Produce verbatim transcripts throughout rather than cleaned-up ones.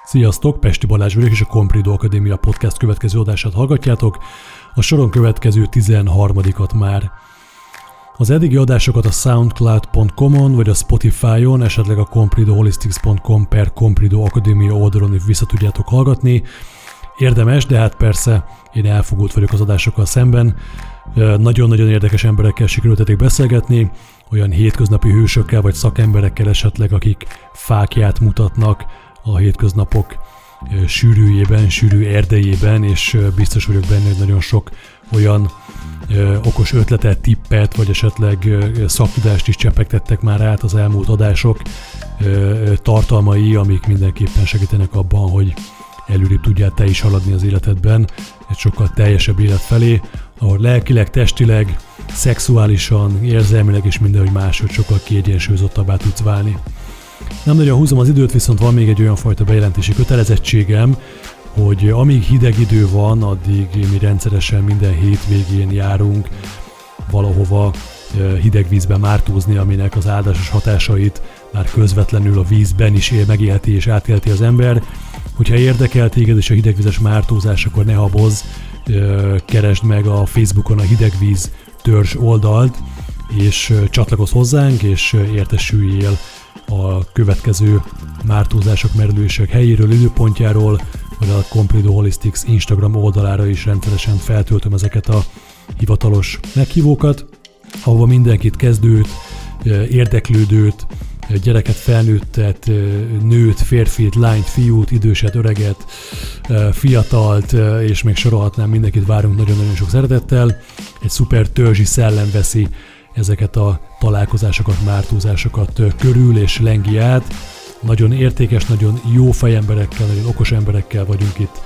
Sziasztok, Pesti Balázs vagyok, és a Comprido Akadémia podcast következő adását hallgatjátok, a soron következő tizenharmadikat már. Az eddigi adásokat a soundcloud pont com-on vagy a Spotify-on, esetleg a compridoholistics pont com per Comprido Akadémia oldalon is vissza tudjátok hallgatni. Érdemes, de hát persze én elfogult vagyok az adásokkal szemben. Nagyon-nagyon érdekes emberekkel sikerültetek beszélgetni, olyan hétköznapi hősökkel vagy szakemberekkel esetleg, akik fákját mutatnak a hétköznapok sűrűjében, sűrű erdejében, és biztos vagyok benne, hogy nagyon sok olyan ö, okos ötletet, tippet, vagy esetleg ö, szaktudást is csepegtettek már át az elmúlt adások ö, tartalmai, amik mindenképpen segítenek abban, hogy előrébb tudjál te is haladni az életedben, egy sokkal teljesebb élet felé, ahol lelkileg, testileg, szexuálisan, érzelmileg és mindenhogy máshogy sokkal kiegyensúlyozottabbá tudsz válni. Nem nagyon húzom az időt, viszont van még egy olyan fajta bejelentési kötelezettségem, hogy amíg hideg idő van, addig mi rendszeresen minden hétvégén járunk valahova hideg vízben mártózni, aminek az áldásos hatásait már közvetlenül a vízben is él, megélheti és átélti az ember. Hogyha érdekel téged és a hidegvizes mártózás, akkor ne habozz, keresd meg a Facebookon a hidegvíz törzs oldalt, és csatlakozz hozzánk, és értesüljél a következő mártózások, merülések helyéről, időpontjáról, vagy a Comprido Holistics Instagram oldalára is rendszeresen feltöltöm ezeket a hivatalos meghívókat, ahova mindenkit, kezdőt, érdeklődőt, gyereket, felnőttet, nőt, férfit, lányt, fiút, időset, öreget, fiatalt, és még sorolhatnám, mindenkit várunk nagyon-nagyon sok szeretettel. Egy szuper törzsi szellem veszi ezeket a találkozásokat, mártózásokat körül és lengi át. Nagyon értékes, nagyon jó fejemberekkel, nagyon okos emberekkel vagyunk itt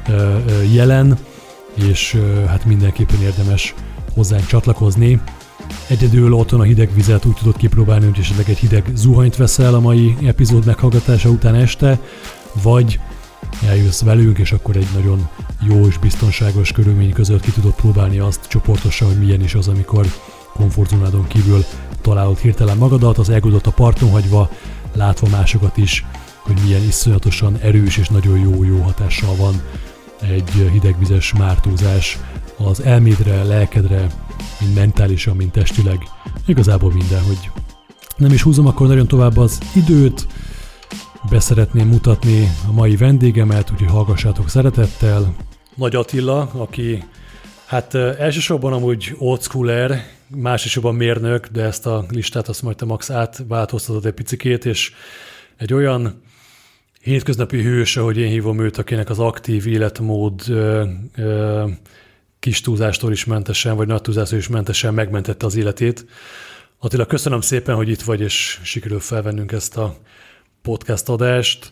jelen, és hát mindenképpen érdemes hozzánk csatlakozni. Egyedül otthon a hideg vizet úgy tudod kipróbálni, hogy esetleg egy hideg zuhanyt veszel a mai epizód meghallgatása után este, vagy eljössz velünk, és akkor egy nagyon jó és biztonságos körülmény között ki tudod próbálni azt csoportosan, hogy milyen is az, amikor komfortzónádon kívül találod hirtelen magadat, az egódat a parton hagyva, látva másokat is, hogy milyen iszonyatosan erős és nagyon jó-jó hatással van egy hidegvizes mártózás az elmédre, lelkedre, mind mentálisan, mind testileg, igazából mindenhogy. Nem is húzom akkor nagyon tovább az időt, beszeretném mutatni a mai vendégemet, úgyhogy hallgassátok szeretettel. Nagy Attila, aki hát elsősorban amúgy old schooler, másosabban mérnök, de ezt a listát azt majd te max átváltoztatod egy picikét, és egy olyan hétköznapi hős, ahogy én hívom őt, akinek az aktív életmód ö, ö, kis túlzástól is mentesen, vagy nagy túlzástól is mentesen megmentette az életét. Attila, köszönöm szépen, hogy itt vagy, és sikerül felvennünk ezt a podcast adást.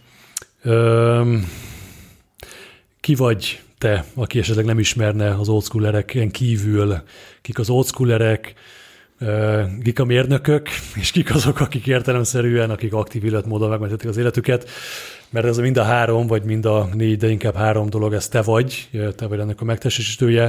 Ö, ki vagy te, aki esetleg nem ismerne az oldschoolereken kívül, kik az oldschoolerek, kik a mérnökök, és kik azok, akik értelemszerűen, akik aktív életmódon megmentették az életüket, mert ez mind a három, vagy mind a négy, de inkább három dolog, ez te vagy, te vagy ennek a megtestesítője.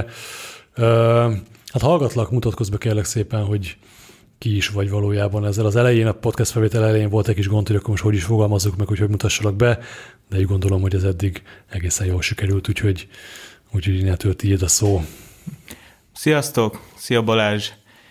Hát hallgatlak, mutatkozz be kérlek szépen, hogy ki is vagy valójában ezzel. Az elején, a podcast felvétel elején volt egy kis gond, hogy akkor most hogy is fogalmazzuk meg, hogy hogy mutassalak be, de úgy gondolom, hogy ez eddig egészen jól sikerült, úgyhogy, úgyhogy innentől tiéd a szó. Sziasztok! Szia Balázs!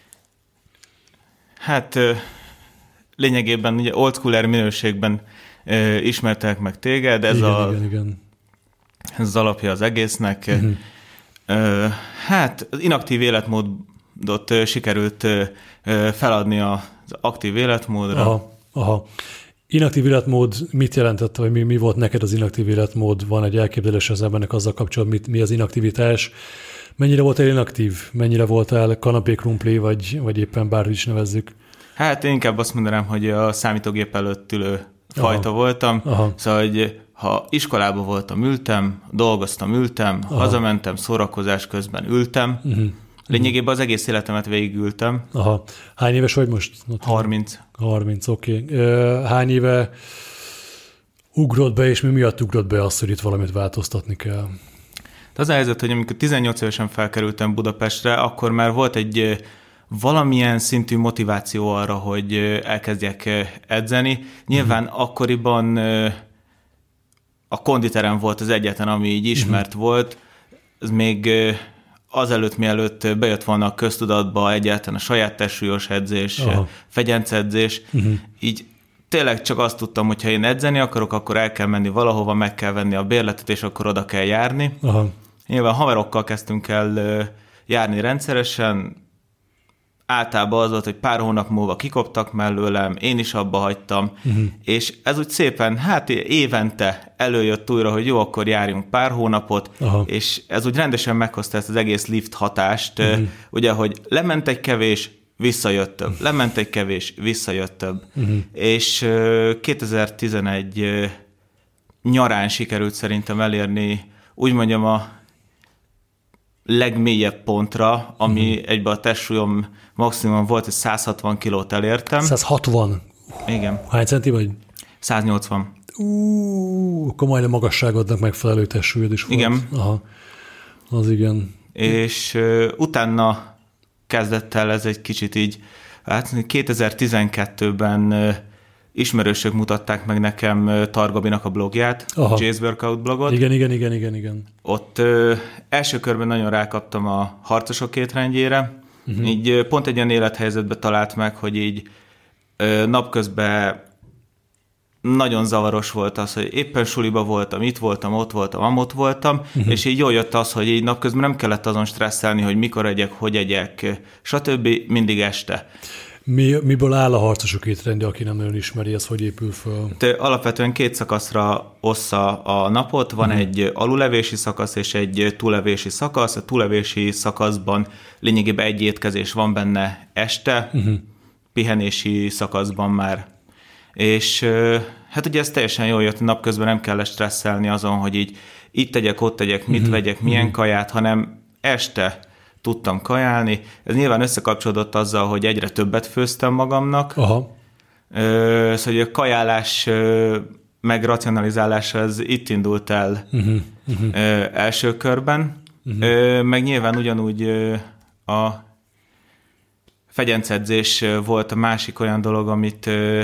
Hát lényegében ugye old schooler minőségben ismertelek meg téged, ez, igen, a, igen, igen. ez az alapja az egésznek. Uh-huh. Hát az inaktív életmódot sikerült feladni az aktív életmódra. Aha, aha. Inaktív életmód mit jelentett, vagy mi, mi volt neked az inaktív életmód? Van egy elképzelés az embernek azzal kapcsolatban, mi az inaktivitás? Mennyire voltál inaktív? Mennyire voltál kanapé-krumpli, vagy, vagy éppen bárhogy is nevezzük? Hát én inkább azt mondanám, hogy a számítógép előtt ülő fajta aha, voltam. Aha. Szóval, hogy ha iskolában voltam, ültem, dolgoztam, ültem, aha, hazamentem, szórakozás közben ültem. Uh-huh. Lényegében az egész életemet végigültem. Aha. Hány éves vagy most? harminc. harminc, oké. Okay. Hány éve ugrott be, és mi miatt ugrott be azt, hogy itt valamit változtatni kell? Az a helyzet, hogy amikor tizennyolc évesen felkerültem Budapestre, akkor már volt egy valamilyen szintű motiváció arra, hogy elkezdjek edzeni. Nyilván uh-huh. akkoriban a konditerem volt az egyetlen, ami így ismert uh-huh. volt. Ez még azelőtt, mielőtt bejött volna a köztudatba egyáltalán a saját testsúlyos edzés, Aha. fegyencedzés, uh-huh. így tényleg csak azt tudtam, hogy ha én edzeni akarok, akkor el kell menni valahova, meg kell venni a bérletet, és akkor oda kell járni. Aha. Nyilván haverokkal kezdtünk el járni rendszeresen, általában az volt, hogy pár hónap múlva kikoptak mellőlem, én is abba hagytam, uh-huh. és ez úgy szépen, hát évente előjött újra, hogy jó, akkor járjunk pár hónapot, Aha. és ez úgy rendesen meghozta ezt az egész lift hatást, uh-huh. ugye, hogy lement egy kevés, visszajött több, lement egy kevés, visszajött több, uh-huh. és kétezer-tizenegy nyarán sikerült szerintem elérni, úgy mondjam, a legmélyebb pontra, ami uh-huh. egyben a testsúlyom maximum volt, hogy száz hatvan kilót elértem. száz hatvan? Igen. Hány centi vagy? száz nyolcvan. Ú, akkor majdnem magasságodnak megfelelő testsúlyod is volt. Igen. Aha, az igen. És uh, utána kezdett el ez egy kicsit így, hát kétezer-tizenkettőben uh, ismerősök mutatták meg nekem Targabinak a blogját, Aha. a Jay's Workout blogot. Igen, igen, igen, igen, igen. Ott ö, első körben nagyon rákaptam a harcosok étrendjére. Uh-huh. Így ö, pont egy olyan élethelyzetbe talált meg, hogy így ö, napközben nagyon zavaros volt az, hogy éppen suliba voltam, itt voltam, ott voltam, amott voltam, uh-huh. és így jól jött az, hogy így napközben nem kellett azon stresszelni, hogy mikor egyek, hogy egyek, stb. Mindig este. Mi, miből áll a harcosok étrendje, aki nem nagyon ismeri, ez hogy épül föl? Te alapvetően két szakaszra ossza a napot, van uh-huh. egy alulevési szakasz és egy túlevési szakasz. A túlevési szakaszban lényegében egy étkezés van benne este, uh-huh. pihenési szakaszban már. És hát ugye ez teljesen jól jött, napközben nem kell stresszelni azon, hogy így itt tegyek, ott tegyek, mit uh-huh. vegyek, milyen uh-huh. kaját, hanem este tudtam kajálni. Ez nyilván összekapcsolódott azzal, hogy egyre többet főztem magamnak. Aha. Ö, szóval a kajálás meg racionalizálása az itt indult el uh-huh. Uh-huh. Ö, első körben. Uh-huh. Ö, meg nyilván ugyanúgy ö, a fegyencedzés volt a másik olyan dolog, amit ö,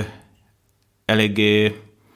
eléggé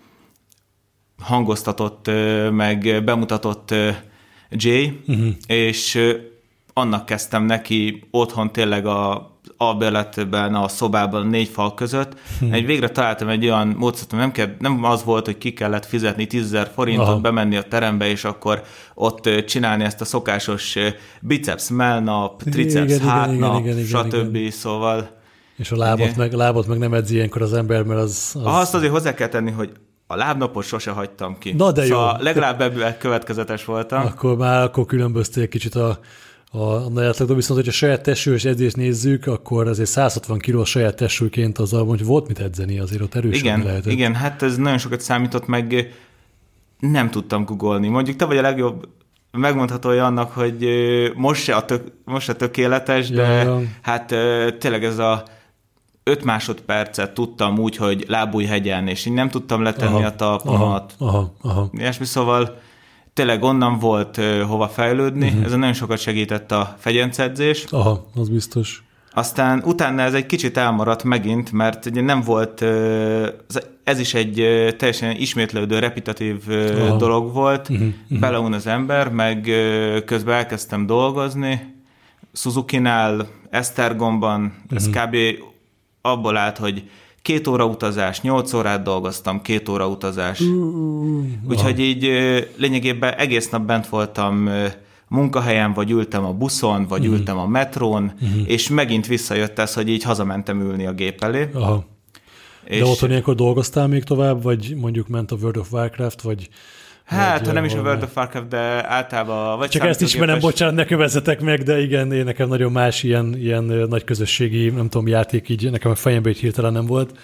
hangoztatott, ö, meg bemutatott ö, Jay, uh-huh. és ö, annak kezdtem neki otthon tényleg a albérletben, a szobában, négy fal között. Hmm. Egy végre találtam egy olyan módszert, nem, kell, nem az volt, hogy ki kellett fizetni tízezer forintot, Aha. bemenni a terembe, és akkor ott csinálni ezt a szokásos biceps mellnap, triceps igen, hátnap, igen, igen, stb. Igen. Szóval... És a lábot meg, lábot meg nem edzi ilyenkor az ember, mert az... az... Azt azért hozzá kell tenni, hogy a lábnapot sose hagytam ki. Na de szóval jó. legalább ebből következetes voltam. Akkor már akkor különböztél kicsit a a nagyjátlagban, viszont hogyha saját testsúlyos edzést nézzük, akkor azért száz hatvan kiló saját testsúlyként azzal, hogy volt mit edzeni, azért ott erősödni igen, lehetett. Igen, hát ez nagyon sokat számított, meg nem tudtam googolni. Mondjuk te vagy a legjobb megmondhatója annak, hogy most se, a tök, most se tökéletes, de ja, ja. hát tényleg ez a öt másodpercet tudtam úgy, hogy lábújhegyen, és így nem tudtam letenni aha, a talpamat. Aha, aha. Ilyesmi, szóval tényleg onnan volt uh, hova fejlődni, uh-huh. ez nagyon sokat segített a fegyencedzés. Aha, az biztos. Aztán utána ez egy kicsit elmaradt megint, mert ugye nem volt, uh, ez is egy uh, teljesen ismétlődő, repetitív uh, dolog volt, uh-huh. uh-huh. beleun az ember, meg uh, közben elkezdtem dolgozni, Suzuki-nál, Esztergomban, uh-huh. ez kb. Abból állt, hogy két óra utazás, nyolc órát dolgoztam, két óra utazás. Uh, Úgyhogy így lényegében egész nap bent voltam munkahelyen, vagy ültem a buszon, vagy uh-huh. ültem a metrón, uh-huh. és megint visszajött ez, hogy így hazamentem ülni a gép elé. Aha. És... De otthon ilyenkor dolgoztál még tovább, vagy mondjuk ment a World of Warcraft, vagy... Hát, vagy ha nem is a World of Warcraft, de általában... Vagy csak ezt ismerem, bocsánat, ne kövezzetek meg, de igen, én nekem nagyon más ilyen, ilyen nagy közösségi, nem tudom, játék így, nekem a fejemben így hirtelen nem volt.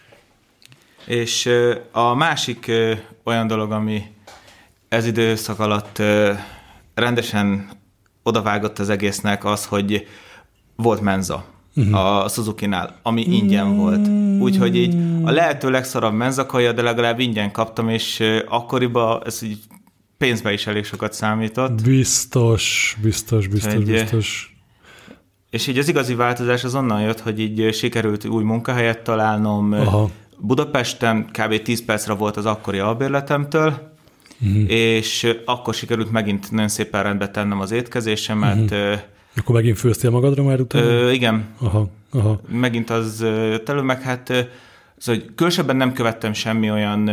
És a másik olyan dolog, ami ez időszak alatt rendesen odavágott az egésznek, az, hogy volt menza. Uh-huh. A Suzuki-nál, ami ingyen mm. volt. Úgyhogy így a lehető legszarabb menzakaja, de legalább ingyen kaptam, és akkoriban ez így pénzbe is elég sokat számított. Biztos, biztos, biztos, egy, biztos. És így az igazi változás az onnan jött, hogy így sikerült új munkahelyet találnom. Aha. Budapesten kb. tíz percre volt az akkori albérletemtől, uh-huh. és akkor sikerült megint nagyon szépen rendbe tennem az étkezésemet. Uh-huh. Akkor megint főztél magadra már utána? Ö, igen. Aha, aha. Megint az telő, meg hát szóval, hogy különösebben nem követtem semmi olyan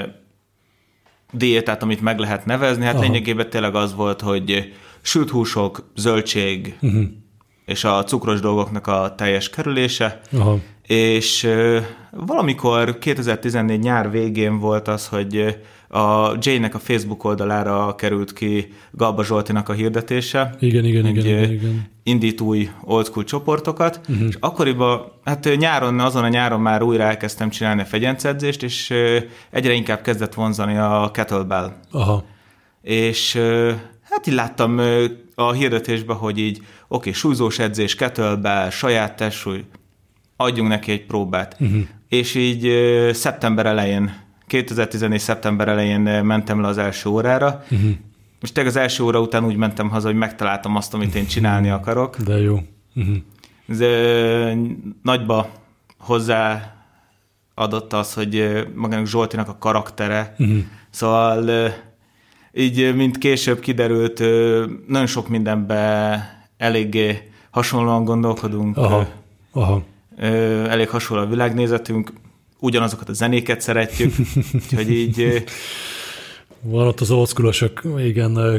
diétát, amit meg lehet nevezni. Hát aha. lényegében tényleg az volt, hogy sült húsok, zöldség, uh-huh. és a cukros dolgoknak a teljes kerülése. Aha. És uh, valamikor kétezer-tizennégy nyár végén volt az, hogy a Jay-nek a Facebook oldalára került ki Galba Zsoltinak a hirdetése. Igen, igen, igen, igen, igen. Indít új old school csoportokat, uh-huh. és akkoriban, hát nyáron, azon a nyáron már újra elkezdtem csinálni a fegyencedzést, és uh, egyre inkább kezdett vonzani a kettlebell. Aha. És uh, hát így láttam uh, a hirdetésben, hogy így oké, okay, súlyzós edzés, kettlebell, saját testsúly, adjunk neki egy próbát. Uh-huh. És így uh, szeptember elején, kétezer-tizennégy szeptember elején mentem le az első órára, uh-huh. és tényleg az első óra után úgy mentem haza, hogy megtaláltam azt, amit én csinálni akarok. De jó. Uh-huh. Ez, uh, nagyba hozzá adott az, hogy uh, magának Zsoltinak a karaktere. Uh-huh. Szóval uh, így, mint később kiderült, uh, nagyon sok mindenben eléggé hasonlóan gondolkodunk. Aha. Uh, Aha. Elég hasonló a világnézetünk, ugyanazokat a zenéket szeretjük, úgyhogy így... Van ott az old school-osok, igen,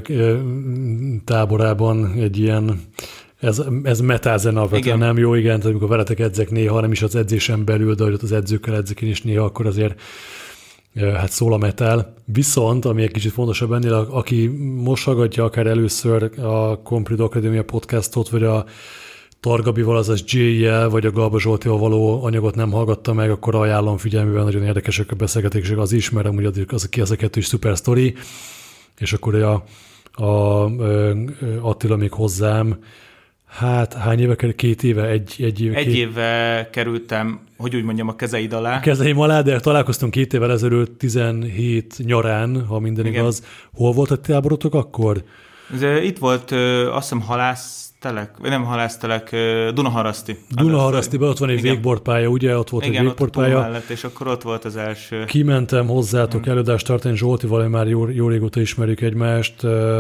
táborában egy ilyen, ez, ez metázene, nem jó, igen, tehát amikor veletek edzek néha, nem is az edzésen belül, de hogy ott az edzőkkel edzek én is néha, akkor azért hát szól a metal. Viszont, ami egy kicsit fontosabb ennél, aki most hallgatja akár először a Complete Academia podcastot, vagy a Targabival, azaz J-jel, vagy a Galba Zsoltival való anyagot nem hallgatta meg, akkor ajánlom figyelmével, nagyon érdekesek a beszélgetések, az is, mert amúgy az, az a kettő is szuper sztori, és akkor a, a, a Attila még hozzám, hát hány éve került? Két éve? Egy, egy, éve, egy két... éve kerültem, hogy úgy mondjam, a kezeid alá. A kezeim alá, de találkoztunk két évvel ezelőtt, tizenhét nyarán, ha minden igen. igaz. Hol volt a táborotok akkor? De itt volt, azt hiszem, halász, Telek, nem halásztelek, Dunaharaszti. Dunaharasztiban ott van egy végbortpálya, ugye? Ott volt igen, egy végbortpálya. Igen, mellett, és akkor ott volt az első. Kimentem hozzátok hmm. előadást tartani, Zsoltival már jó, jó régóta ismerjük egymást,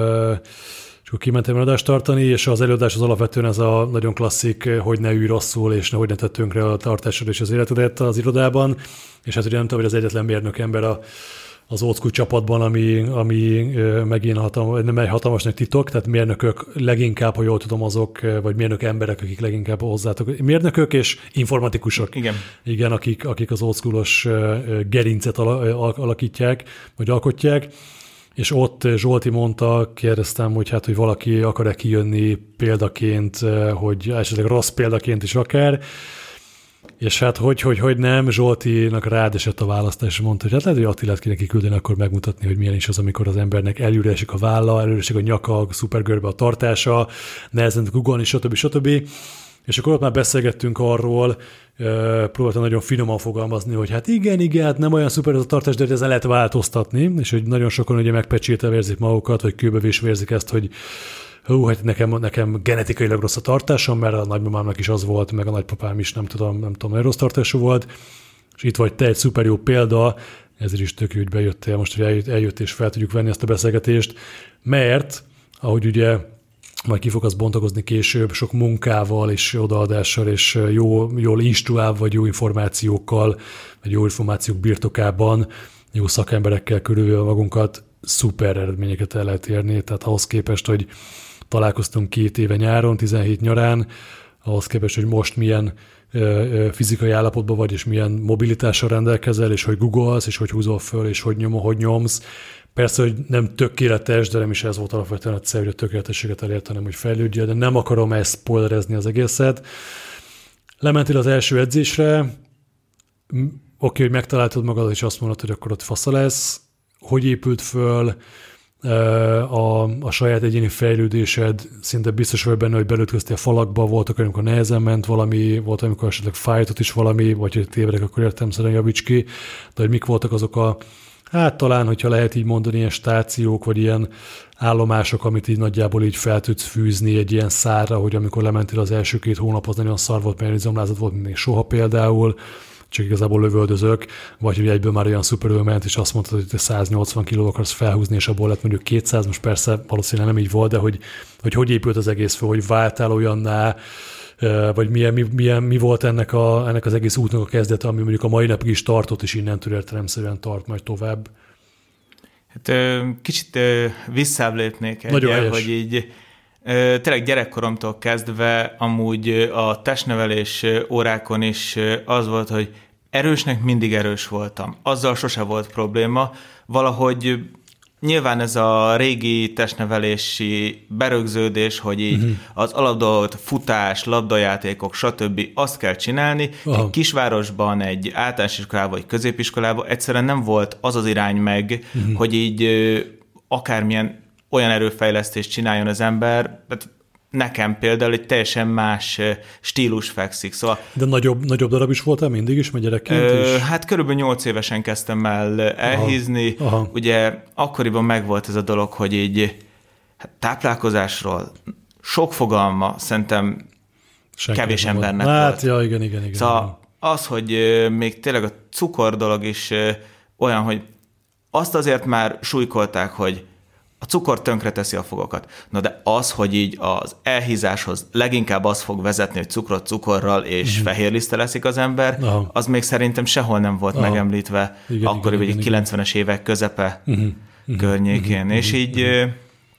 és akkor kimentem előadást tartani, és az előadás az alapvetően ez a nagyon klasszik, hogy ne ülj rosszul, és nehogy ne tett tönkre a tartásod és az életedet az irodában, és hát ugye nem tudom, hogy az egyetlen mérnök ember a az old school csapatban, ami, ami megint hatalmas, nem egy hatalmas nagy titok, tehát mérnökök leginkább, ha jól tudom, azok, vagy mérnök emberek, akik leginkább hozzátok. Mérnökök és informatikusok. Igen. Igen, akik, akik az old schoolos gerincet alakítják, vagy alkotják. És ott Zsolti mondta, kérdeztem, hogy hát, hogy valaki akar-e kijönni példaként, hogy esetleg rossz példaként is akár. És hát hogy, hogy, hogy nem, Zsoltinak rád esett a választás, és mondta, hogy hát lehet, hogy Attilát kéne kiküldeni, akkor megmutatni, hogy milyen is az, amikor az embernek előre esik a válla, előre esik a nyaka, szupergörbe a tartása, nehezen guggolni, stb. stb. És akkor ott már beszélgettünk arról, próbáltam nagyon finoman fogalmazni, hogy hát igen, igen, hát nem olyan szuper ez a tartás, de ezen lehet változtatni, és hogy nagyon sokan ugye megpecsételve érzik magukat, vagy kőbevésve érzik ezt, hogy hú, hát nekem, nekem genetikailag rossz a tartásom, mert a nagymamámnak is az volt, meg a nagypapám is, nem tudom, nem tudom, nagyon rossz tartású volt, és itt vagy te egy szuper jó példa, ezért is tök jó, hogy bejöttél most, hogy eljött, eljött és fel tudjuk venni ezt a beszélgetést, mert, ahogy ugye majd ki fog az bontakozni később, sok munkával és odaadással, és jó, jól instruálva, vagy jó információkkal, vagy jó információk birtokában, jó szakemberekkel körülvéve magunkat, szuper eredményeket el lehet érni, tehát ahhoz képest, hogy találkoztunk két éve nyáron, tizenhét nyarán, ahhoz képest, hogy most milyen fizikai állapotban vagy, és milyen mobilitással rendelkezel, és hogy googolsz, és hogy húzol föl, és hogy, nyom, hogy nyomsz. Persze, hogy nem tökéletes, de nem is ez volt alapvetően a cél, hogy a tökéletességet elért, hanem hogy fejlődjél, de nem akarom ezt spoilerezni az egészet. Lementél az első edzésre, oké, okay, hogy megtaláltad magad, és azt mondod, hogy akkor ott fasza lesz. Hogy épült föl a, a saját egyéni fejlődésed? Szinte biztos vagy benne, hogy belütköztél a falakba, voltak, amikor nehezen ment valami, volt, amikor esetleg fájtott is valami, vagy hogy tévedek, akkor értem szerint javíts ki, de hogy mik voltak azok a, hát talán, hogyha lehet így mondani, ilyen stációk, vagy ilyen állomások, amit így nagyjából így fel tudsz fűzni egy ilyen szárra, hogy amikor lementél az első két hónap, az nagyon szar volt, mert izomlázat volt, mint még soha például, csak igazából lövöldözök, vagy hogy egyből már olyan szuperül ment, és azt mondtad, hogy te száznyolcvan kiló akarsz felhúzni, és abból lett mondjuk kétszáz, most persze valószínűleg nem így volt, de hogy hogy, hogy épült az egész föl, hogy váltál olyanná, vagy milyen, mi, milyen, mi volt ennek, a, ennek az egész útnak a kezdete, ami mondjuk a mai napig is tartott, és innentől értelemszerűen tart majd tovább. Hát kicsit visszább lépnék egyel, hogy így tényleg gyerekkoromtól kezdve amúgy a testnevelés órákon is az volt, hogy erősnek mindig erős voltam. Azzal sose volt probléma. Valahogy nyilván ez a régi testnevelési berögződés, hogy így uh-huh. az alapdolgot, futás, labdajátékok, stb. Azt kell csinálni. Aha. Egy kisvárosban, egy általános iskolában, vagy középiskolában egyszerűen nem volt az az irány meg, uh-huh. hogy így akármilyen olyan erőfejlesztést csináljon az ember. Nekem például egy teljesen más stílus fekszik. Szóval, de nagyobb, nagyobb darab is voltál mindig is, mert gyerekként ö, is? Hát körülbelül nyolc évesen kezdtem el elhízni. Aha. Aha. Ugye akkoriban megvolt ez a dolog, hogy így hát táplálkozásról sok fogalma szerintem senki kevés embernek volt. Hát, ja, igen, igen, igen. Szóval igen. az, hogy még tényleg a cukor dolog is olyan, hogy azt azért már súlykolták, hogy a cukor tönkreteszi a fogakat. Na de az, hogy így az elhízáshoz leginkább az fog vezetni, hogy cukrot cukorral és uh-huh. fehérliszttel eszik az ember, aha. az még szerintem sehol nem volt aha. megemlítve, igen, akkoriban igen, egy igen, kilencvenes igen. évek közepe uh-huh. környékén. Uh-huh. És így uh-huh.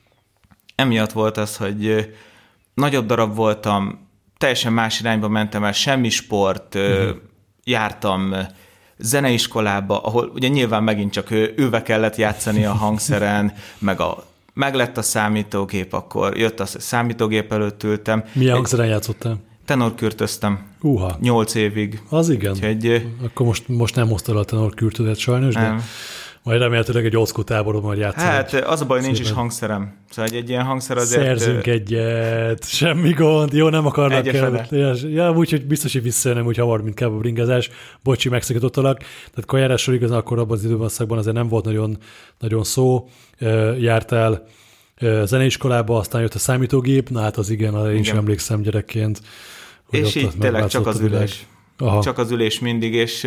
emiatt volt az, hogy nagyobb darab voltam, teljesen más irányba mentem el, semmi sport, uh-huh. jártam zeneiskolába, ahol ugye nyilván megint csak ő, őve kellett játszani a hangszeren, meg, a, meg lett a számítógép, akkor jött az, hogy számítógép előtt ültem. Milyen hangszeren játszottál? Tenorkürtöztem. Uha. Nyolc évig. Az igen. Úgyhogy, akkor most, most nem hoztál a tenorkürtözet sajnos, nem. de majd remélhetőleg egy old school táboron majd játszani. Hát az a baj, nincs is hangszerem. Szóval egy, egy ilyen hangszer azért... Szerzünk egyet, semmi gond, jó, nem akarnak kell. Ja, úgyhogy biztos, hogy visszajönnem úgy hamar, mint kába bringázás. Bocsi, megszakítottalak. Tehát kajárásról igazán akkor abban az időszakban azért nem volt nagyon, nagyon szó. Jártál zeneiskolába, aztán jött a számítógép, na hát az igen, én igen. is emlékszem gyerekként. És így tényleg csak az ülés. Aha. Csak az ülés mindig, és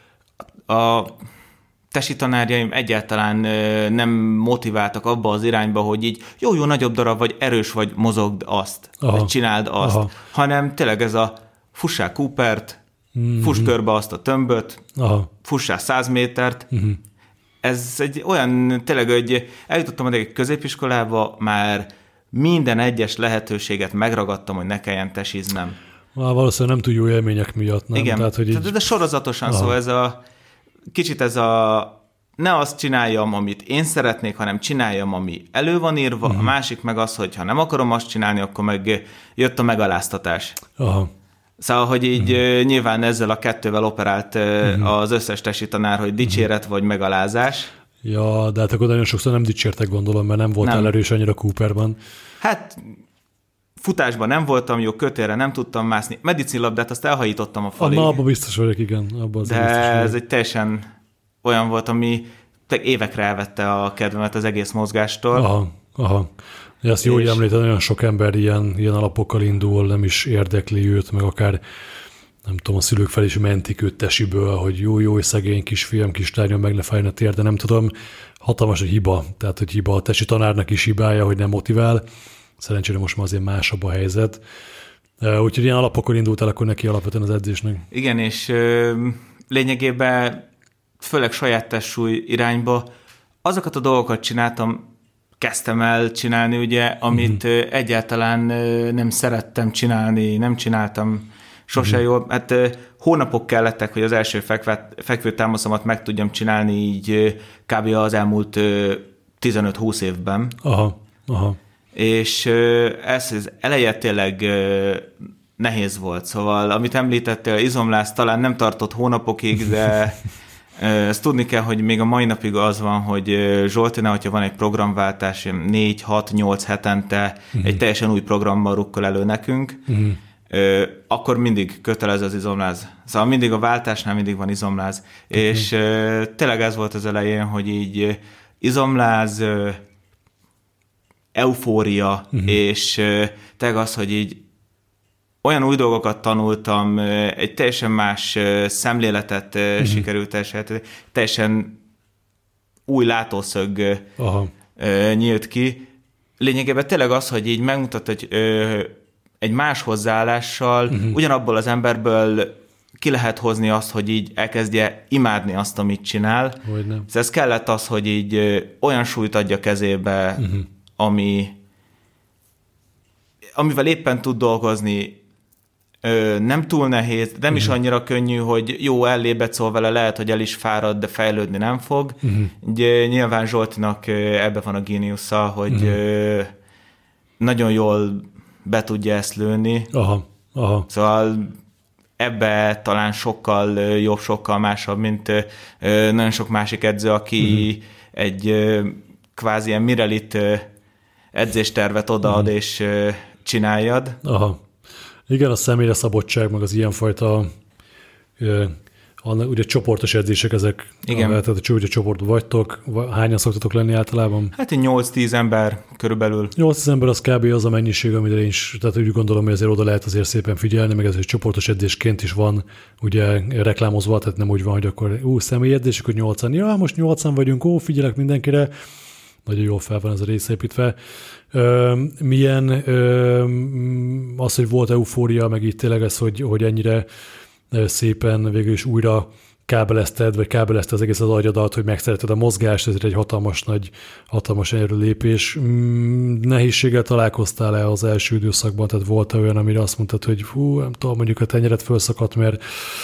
a tesi tanárjaim egyáltalán nem motiváltak abba az irányba, hogy így jó-jó nagyobb darab vagy, erős vagy, mozogd azt, aha. vagy csináld azt, aha. hanem tényleg ez a fussál Coopert, mm-hmm. fuss körbe azt a tömböt, aha. fussál száz métert. Mm-hmm. Ez egy olyan, tényleg, hogy eljutottam egy középiskolába, már minden egyes lehetőséget megragadtam, hogy ne kelljen tesiznem. Á, valószínűleg nem túl jó élmények miatt, nem? Igen, Tehát, hogy így... de, de sorozatosan, aha. szóval ez a kicsit ez a ne azt csináljam, amit én szeretnék, hanem csináljam, ami elő van írva, uh-huh. a másik meg az, hogy ha nem akarom azt csinálni, akkor meg jött a megaláztatás. Aha. Szóval, hogy így uh-huh. nyilván ezzel a kettővel operált uh-huh. az összes tesi tanár, hogy dicséret uh-huh. vagy megalázás. Ja, de hát akkor nagyon sokszor nem dicsértek, gondolom, mert nem voltál nem. erős annyira Cooperban. Hát futásban nem voltam jó, kötélre nem tudtam mászni. Medicinlabdát azt elhajítottam a falig. Na, abban biztos vagyok, igen. Abba de biztos ez egy teljesen olyan volt, ami évekre elvette a kedvemet az egész mozgástól. Aha, aha. Ja, azt jó, hogy említed, nagyon sok ember ilyen, ilyen alapokkal indul, nem is érdekli őt, meg akár nem tudom, a szülők fel is mentik őt tesiből, hogy jó, jó, szegény kisfiam, kislányom, meg ne fájjon a tér, de nem tudom, hatalmas, hogy hiba. Tehát, hogy hiba a tesi tanárnak is hibája, hogy nem motivál. Szerencsére most már azért másabb a helyzet. Úgyhogy ilyen alapokon indult el akkor neki alapvetően az edzésnek. Igen, és ö, lényegében főleg saját testsúly irányba azokat a dolgokat csináltam, kezdtem el csinálni, ugye, amit mm. egyáltalán nem szerettem csinálni, nem csináltam sose mm. jól. Hát hónapok kellettek, hogy az első fekvő támaszomat meg tudjam csinálni így kb. Az elmúlt tizenöt-húsz évben. Aha, aha. És ez az eleje tényleg nehéz volt. Szóval, amit említettél, izomláz talán nem tartott hónapokig, de ezt tudni kell, hogy még a mai napig az van, hogy Zsoltinál, hogyha van egy programváltás, négy, hat, nyolc hetente uh-huh. egy teljesen új programmal rukkol elő nekünk, uh-huh. akkor mindig kötelező az izomláz. Szóval mindig a váltásnál mindig van izomláz. Uh-huh. És tényleg ez volt az elején, hogy így izomláz, eufória, uh-huh. és tényleg az, hogy így olyan új dolgokat tanultam, egy teljesen más szemléletet uh-huh. sikerült elsajátítani, teljesen új látószög Aha. nyílt ki. Lényegében tényleg az, hogy így megmutat, hogy egy más hozzáállással uh-huh. ugyanabból az emberből ki lehet hozni azt, hogy így elkezdje imádni azt, amit csinál. Szóval ez kellett az, hogy így olyan súlyt adja kezébe, uh-huh. ami, amivel éppen tud dolgozni, nem túl nehéz, nem uh-huh. is annyira könnyű, hogy jó, ellébet szól vele, lehet, hogy el is fárad, de fejlődni nem fog. Uh-huh. Ugye, nyilván Zsoltinak ebbe van a géniusza, hogy uh-huh. nagyon jól be tudja ezt lőni. Aha, aha. Szóval ebbe talán sokkal jobb, sokkal másabb, mint nagyon sok másik edző, aki uh-huh. egy kvázi ilyen Mirelit edzéstervet odaad uh-huh. és csináljad. Aha. Igen, a személyre szabadság, meg az ilyenfajta ugye csoportos edzések ezek. Igen. A, tehát a csoportban vagytok, hányan szoktatok lenni általában? Hát egy nyolc-tíz ember körülbelül. nyolc-tíz ember az kb. Az a mennyiség, amire én is, tehát úgy gondolom, hogy azért oda lehet azért szépen figyelni, meg ez egy csoportos edzésként is van ugye reklámozva, tehát nem úgy van, hogy akkor ú, személyedzés, akkor nyolcan, ja, most nyolcan vagyunk, ó, figyelek mindenkire. Nagyon jól fel van ez a rész építve. Ö, milyen ö, az, hogy volt eufória, meg így tényleg ez, hogy, hogy ennyire szépen végül is újra kábelezted, vagy kábelezted az egész az agyadat, hogy megszereted a mozgást, ez egy hatalmas nagy, hatalmas erőlépés. Nehézséggel találkoztál-e az első időszakban? Tehát volt olyan, amire azt mondtad, hogy hú, nem tudom, mondjuk a tenyered felszakadt, mert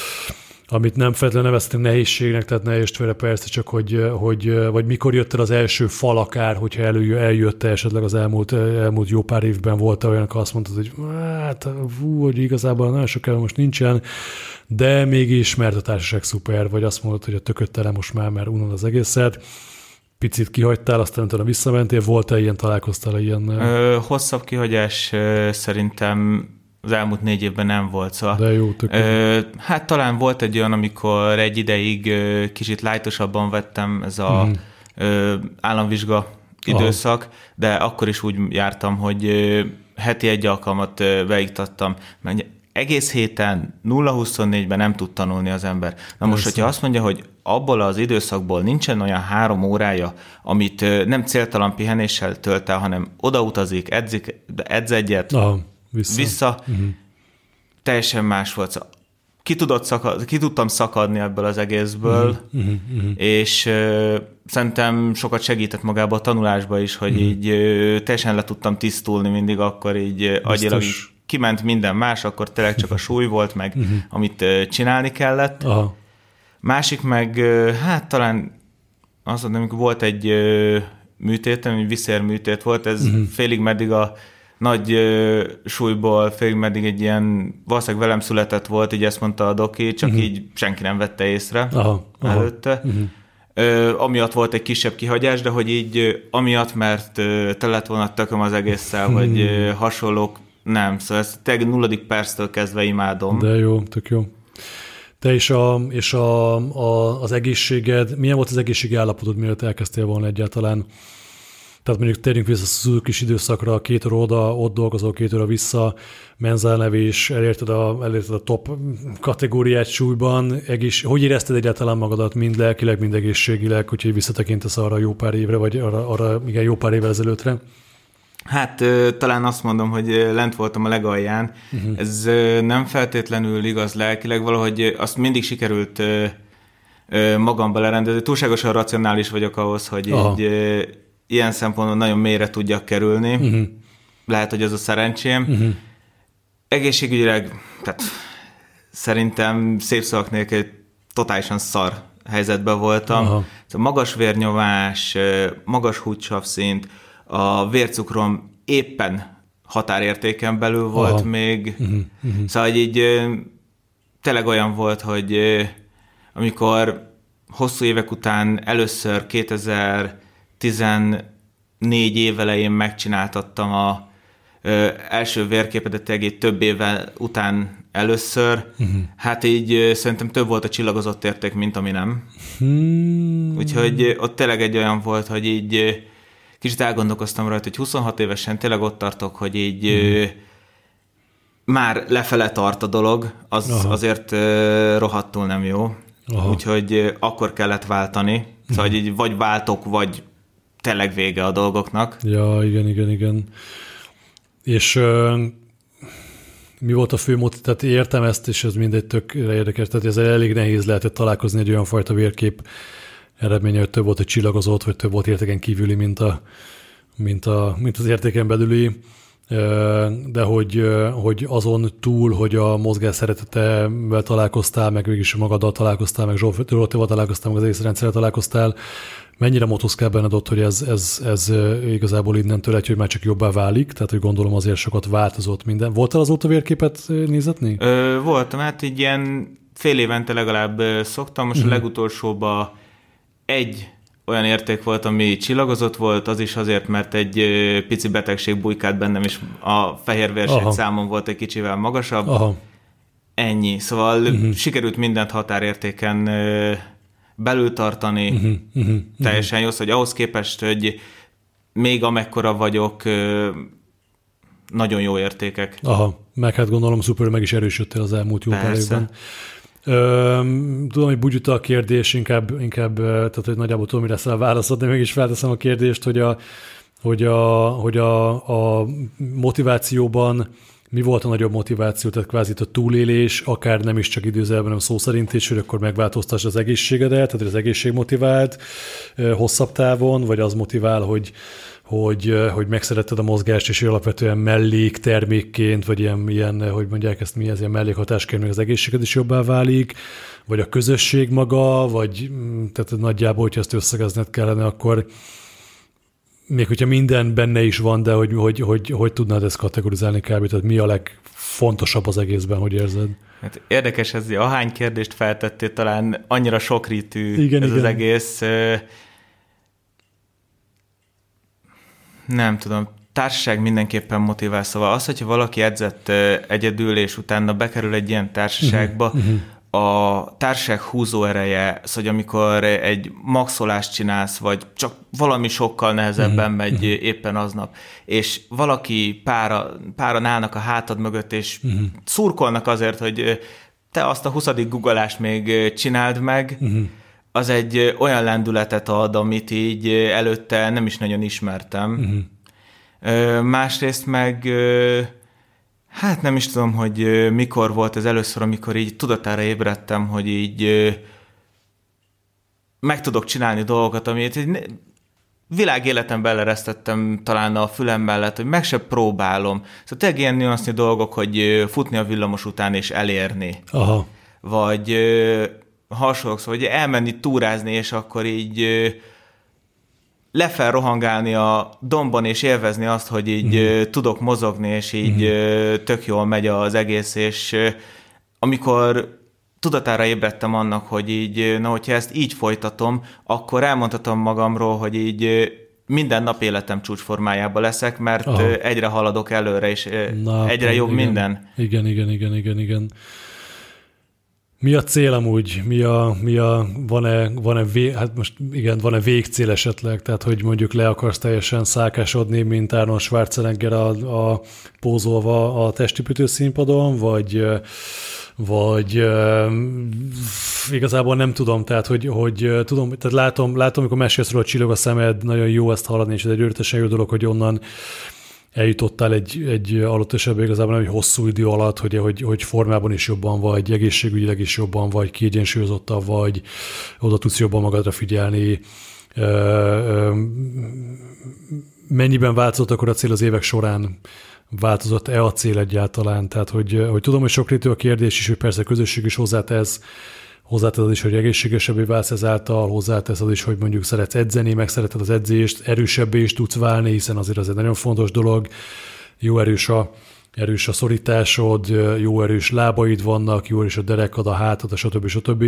amit nem feltétlenül neveztem nehézségnek, tehát nehéz tőle persze, csak hogy, hogy vagy mikor jött el az első fal akár, hogyha elő, eljött esetleg az elmúlt, elmúlt jó pár évben volt olyan, akkor azt mondtad, hogy hát, hú, hogy igazából nagyon sok el most nincsen, de mégis, mert a társaság szuper, vagy azt mondod, hogy a tököttele most már, mert unod az egészet, picit kihagytál, aztán utána visszamentél, volt-e ilyen, találkoztál ilyen? Ö, hosszabb kihagyás szerintem az elmúlt négy évben nem volt, szóval. De jó, ö, hát talán volt egy olyan, amikor egy ideig ö, kicsit lájtosabban vettem, ez a mm. ö, államvizsga időszak, Aha. de akkor is úgy jártam, hogy ö, heti egy alkalmat ö, beiktattam, mert egész héten nulla huszonnégyben nem tud tanulni az ember. Na Persze. most, hogyha azt mondja, hogy abból az időszakból nincsen olyan három órája, amit ö, nem céltalan pihenéssel tölt el, hanem odautazik, edzik, edz egyet, Aha. Vissza, vissza. Uh-huh. teljesen más volt. Ki, tudott szakad, ki tudtam szakadni ebből az egészből, uh-huh. Uh-huh. és uh, szerintem sokat segített magába a tanulásba is, hogy uh-huh. így uh, teljesen le tudtam tisztulni mindig, akkor így uh, agyilag így kiment minden más, akkor tényleg csak a súly volt, meg uh-huh. amit uh, csinálni kellett. Aha. Másik meg, uh, hát talán azt mondom, amikor volt egy uh, műtétem, egy viszérműtét volt, ez uh-huh. félig meddig a nagy uh, súlyból, félig meddig egy ilyen, valószínűleg velem született volt, így ezt mondta a doki, csak uh-huh. így senki nem vette észre aha, előtte. Aha. Uh-huh. Uh, amiatt volt egy kisebb kihagyás, de hogy így uh, amiatt, mert uh, te lett volna tököm az egésszel, uh-huh. vagy uh, hasonlók, nem. Szóval ezt tényleg nulladik perctől kezdve imádom. De jó, tök jó. Te és, a, és a, a, az egészséged, milyen volt az egészségi állapotod, mielőtt elkezdtél volna egyáltalán? Tehát mondjuk térjünk vissza a szűkis időszakra, két óra oda, ott dolgozol, két óra vissza, menzálnevés, elérted a, elérted a top kategóriát súlyban. Egész, hogy érezted egyáltalán magadat, mind lelkileg, mind egészségileg, hogyha visszatekintesz arra jó pár évre, vagy arra, arra igen, jó pár évvel ezelőttre? Hát talán azt mondom, hogy lent voltam a legalján. Uh-huh. Ez nem feltétlenül igaz lelkileg, valahogy azt mindig sikerült magamba lerendezni. Túlságosan racionális vagyok ahhoz, hogy Aha. így ilyen szempontból nagyon mélyre tudjak kerülni. Uh-huh. Lehet, hogy ez a szerencsém. Uh-huh. Egészségügyileg, tehát szerintem szép szavak nélkül totálisan szar helyzetben voltam. Aha. Szóval magas vérnyomás, magas húgysavszint, a vércukrom éppen határértéken belül volt Aha. még. Uh-huh. Uh-huh. Szóval így tényleg olyan volt, hogy amikor hosszú évek után először kétezer-tizennégy év elején megcsináltattam a ö, első vérképedet egy több évvel után először, uh-huh. hát így szerintem több volt a csillagozott érték, mint ami nem. Hmm. Úgyhogy ott tényleg egy olyan volt, hogy így kicsit elgondolkoztam rajta, hogy huszonhat évesen tényleg ott tartok, hogy így hmm. már lefele tart a dolog, az Aha. azért uh, rohadtul nem jó. Aha. Úgyhogy uh, akkor kellett váltani. Szóval uh-huh. így vagy váltok, vagy tényleg vége a dolgoknak. Ja, igen, igen, igen. És uh, mi volt a fő motiv? Tehát értem ezt, és ez mindegy tökre érdekes. Tehát ezzel elég nehéz lehetett találkozni egy olyan fajta vérkép eredménye, hogy több volt egy csillagozott, vagy több volt értéken kívüli, mint, a, mint, a, mint az értéken belüli. De hogy, hogy azon túl, hogy a mozgás szeretetevel találkoztál, meg mégis magaddal találkoztál, meg Zsoltival találkoztál, meg az egész rendszerrel találkoztál, mennyire motoszkál benned ott, hogy ez, ez, ez igazából innentől egy, hogy már csak jobbá válik, tehát hogy gondolom azért sokat változott minden. Voltál azóta vérképet nézetni? Ö, voltam, hát így ilyen fél évente legalább szoktam, most uh-huh. a legutolsóban egy olyan érték volt, ami csillagozott volt, az is azért, mert egy pici betegség bujkált bennem, és a fehérvérség számom volt egy kicsivel magasabb. Aha. Ennyi. Szóval uh-huh. sikerült mindent határértéken belül tartani. Uh-huh. Uh-huh. Teljesen jó, hogy ahhoz képest, hogy még amekkora vagyok, nagyon jó értékek. Aha, meg hát gondolom szuper, meg is erősödtél az elmúlt jó pár évben. Öm, tudom, hogy bugyuta a kérdés, inkább, inkább tehát, hogy nagyjából tudom, mire száll válaszod, de mégis felteszem a kérdést, hogy a, hogy a, hogy a, a motivációban mi volt a nagyobb motiváció, tehát kvázi a túlélés, akár nem is csak időzelben, hanem szó szerint is, hogy akkor megváltoztass az egészségedet, tehát az egészség motivált hosszabb távon, vagy az motivál, hogy hogy, hogy megszeretted a mozgást, és alapvetően melléktermékként, vagy ilyen, ilyen, hogy mondják ezt mi, ez ilyen mellékhatásként még az egészséged is jobbá válik, vagy a közösség maga, vagy tehát nagyjából, hogyha ezt összegezned kellene, akkor még hogyha minden benne is van, de hogy, hogy, hogy, hogy tudnád ezt kategorizálni kb. Tehát mi a legfontosabb az egészben, hogy érzed? Hát érdekes ez, ahány kérdést feltettél, talán annyira sokrétű igen, ez igen. az egész. Nem tudom, társaság mindenképpen motivál, szóval az, hogyha valaki edzett egyedül, és utána bekerül egy ilyen társaságba, uh-huh. a társaság húzó ereje, szóval amikor egy maxolást csinálsz, vagy csak valami sokkal nehezebben uh-huh. megy uh-huh. éppen aznap, és valaki pára, páran állnak a hátad mögött, és uh-huh. szurkolnak azért, hogy te azt a huszadik guggolást még csináld meg, uh-huh. az egy olyan lendületet ad, amit így előtte nem is nagyon ismertem. Uh-huh. Másrészt meg, hát nem is tudom, hogy mikor volt ez először, amikor így tudatára ébredtem, hogy így meg tudok csinálni dolgokat, amit világéletemben eleresztettem talán a fülem mellett, hogy meg se próbálom. Szóval tényleg ilyen nüansznyi dolgok, hogy futni a villamos után és elérni. Aha. Vagy hasonlók, szóval hogy elmenni túrázni, és akkor így lefelrohangálni a dombon, és élvezni azt, hogy így mm. tudok mozogni, és így mm. tök jól megy az egész, és amikor tudatára ébredtem annak, hogy így, na, hogyha ezt így folytatom, akkor elmondhatom magamról, hogy így minden nap életem csúcsformájában leszek, mert Aha. egyre haladok előre, és na, egyre jobb igen. minden. Igen, igen, igen, igen, igen. Mi a cél amúgy? Mi a, mi a, van-e, van-e vé, hát most igen, van-e végcél esetleg? Tehát, hogy mondjuk le akarsz teljesen szálkásodni, mint Arnold Schwarzenegger a, a pózolva a testépítő színpadon, vagy, vagy uh, igazából nem tudom, tehát, hogy, hogy tudom, tehát látom, látom, amikor mesélsz róla, csillog a szemed, nagyon jó ezt hallani, és ez egy őrületesen jó dolog, hogy onnan eljutottál egy, egy adott esetben igazából nem egy hosszú idő alatt, hogy, hogy, hogy formában is jobban vagy, egészségügyileg is jobban vagy, kiegyensúlyozottabb vagy, oda tudsz jobban magadra figyelni. Mennyiben változott akkor a cél az évek során? Változott-e a cél egyáltalán? Tehát, hogy, hogy tudom, hogy sokrétű a kérdés is, hogy persze a közösség is hozzátesz, hozzátesz az is, hogy egészségesebbé válsz ezáltal, hozzátesz az is, hogy mondjuk szeretsz edzeni, meg szereted az edzést, erősebbé is tudsz válni, hiszen azért az egy nagyon fontos dolog. Jó erős a, erős a szorításod, jó erős lábaid vannak, jó erős a derekad, a hátad, a stb. stb.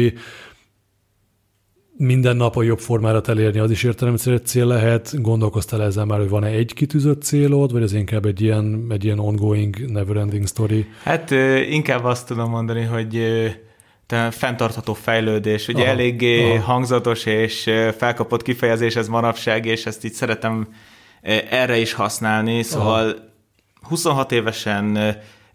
Minden nap a jobb formára elérni, az is értelemszerű cél lehet. Gondolkoztál ezzel már, hogy van-e egy kitűzött célod, vagy ez inkább egy ilyen, egy ilyen ongoing, never-ending story? Hát inkább azt tudom mondani, hogy fenntartható fejlődés. Ugye aha, eléggé aha. hangzatos és felkapott kifejezés ez manapság, és ezt így szeretem erre is használni. Szóval aha. huszonhat évesen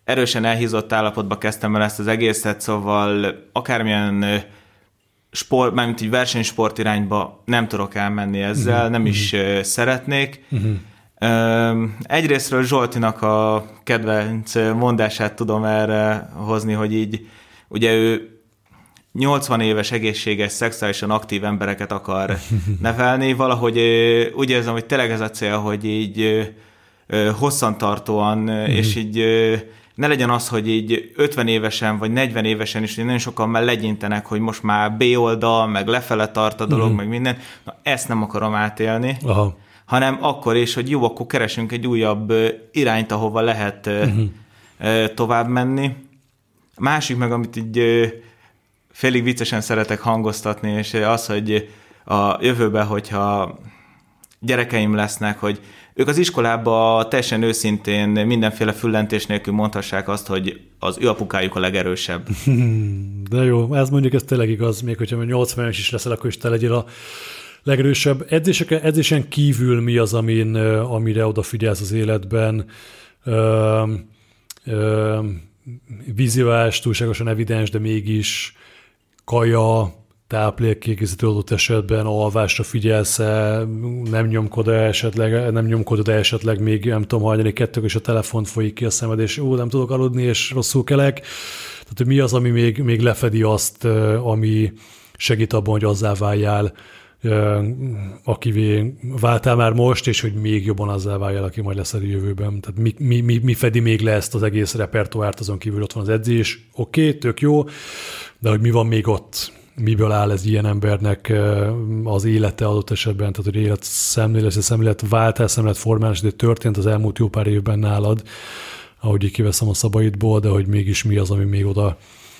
erősen elhízott állapotba kezdtem el ezt az egészet, szóval akármilyen sport, mármint így versenysport irányba nem tudok elmenni ezzel, uh-huh. nem is uh, szeretnék. Uh-huh. Egyrésztről Zsoltinak a kedvenc mondását tudom erre hozni, hogy így ugye ő nyolcvan éves egészséges, szexuálisan aktív embereket akar nevelni. Valahogy úgy érzem, hogy tényleg ez a cél, hogy így hosszantartóan, uh-huh. és így ne legyen az, hogy így ötven évesen vagy negyven évesen is nagyon sokan már legyintenek, hogy most már B oldal, meg lefele tart a dolog, uh-huh. meg minden. Na, ezt nem akarom átélni, Aha. hanem akkor is, hogy jó, akkor keresünk egy újabb irányt, ahova lehet uh-huh. tovább menni. A másik meg, amit így félig viccesen szeretek hangoztatni, és az, hogy a jövőben, hogyha gyerekeim lesznek, hogy ők az iskolában teljesen őszintén mindenféle füllentés nélkül mondhassák azt, hogy az ő apukájuk a legerősebb. De jó, ez mondjuk ez tényleg igaz, még hogyha nyolcvan is leszel, akkor is te legyél a legerősebb. Edzéseken, edzésen kívül mi az, amin, amire odafigyelsz az életben? Ö, ö, vízivás, túlságosan evidens, de mégis kaja, táplálékkiegészítő adott esetben, alvásra figyelsz-e, nem nyomkod-e esetleg, nem nyomkodod-e esetleg még, nem tudom, hajnali kettők, és a telefont folyik ki a szemed, és ó, nem tudok aludni, és rosszul kelek. Tehát, hogy mi az, ami még, még lefedi azt, ami segít abban, hogy azzá váljál, akivé váltál már most, és hogy még jobban azzá váljál, aki majd lesz a jövőben. Tehát mi, mi, mi, mi fedi még le ezt az egész repertoárt, azon kívül ott van az edzés, oké, okay, tök jó, de hogy mi van még ott? Miből áll ez ilyen embernek az élete adott esetben, tehát hogy életszemlélet, szemléletváltás, szemléletformálás, de történt az elmúlt jó pár évben nálad, ahogy így kiveszem a szabaidból, de hogy mégis mi az, ami még oda,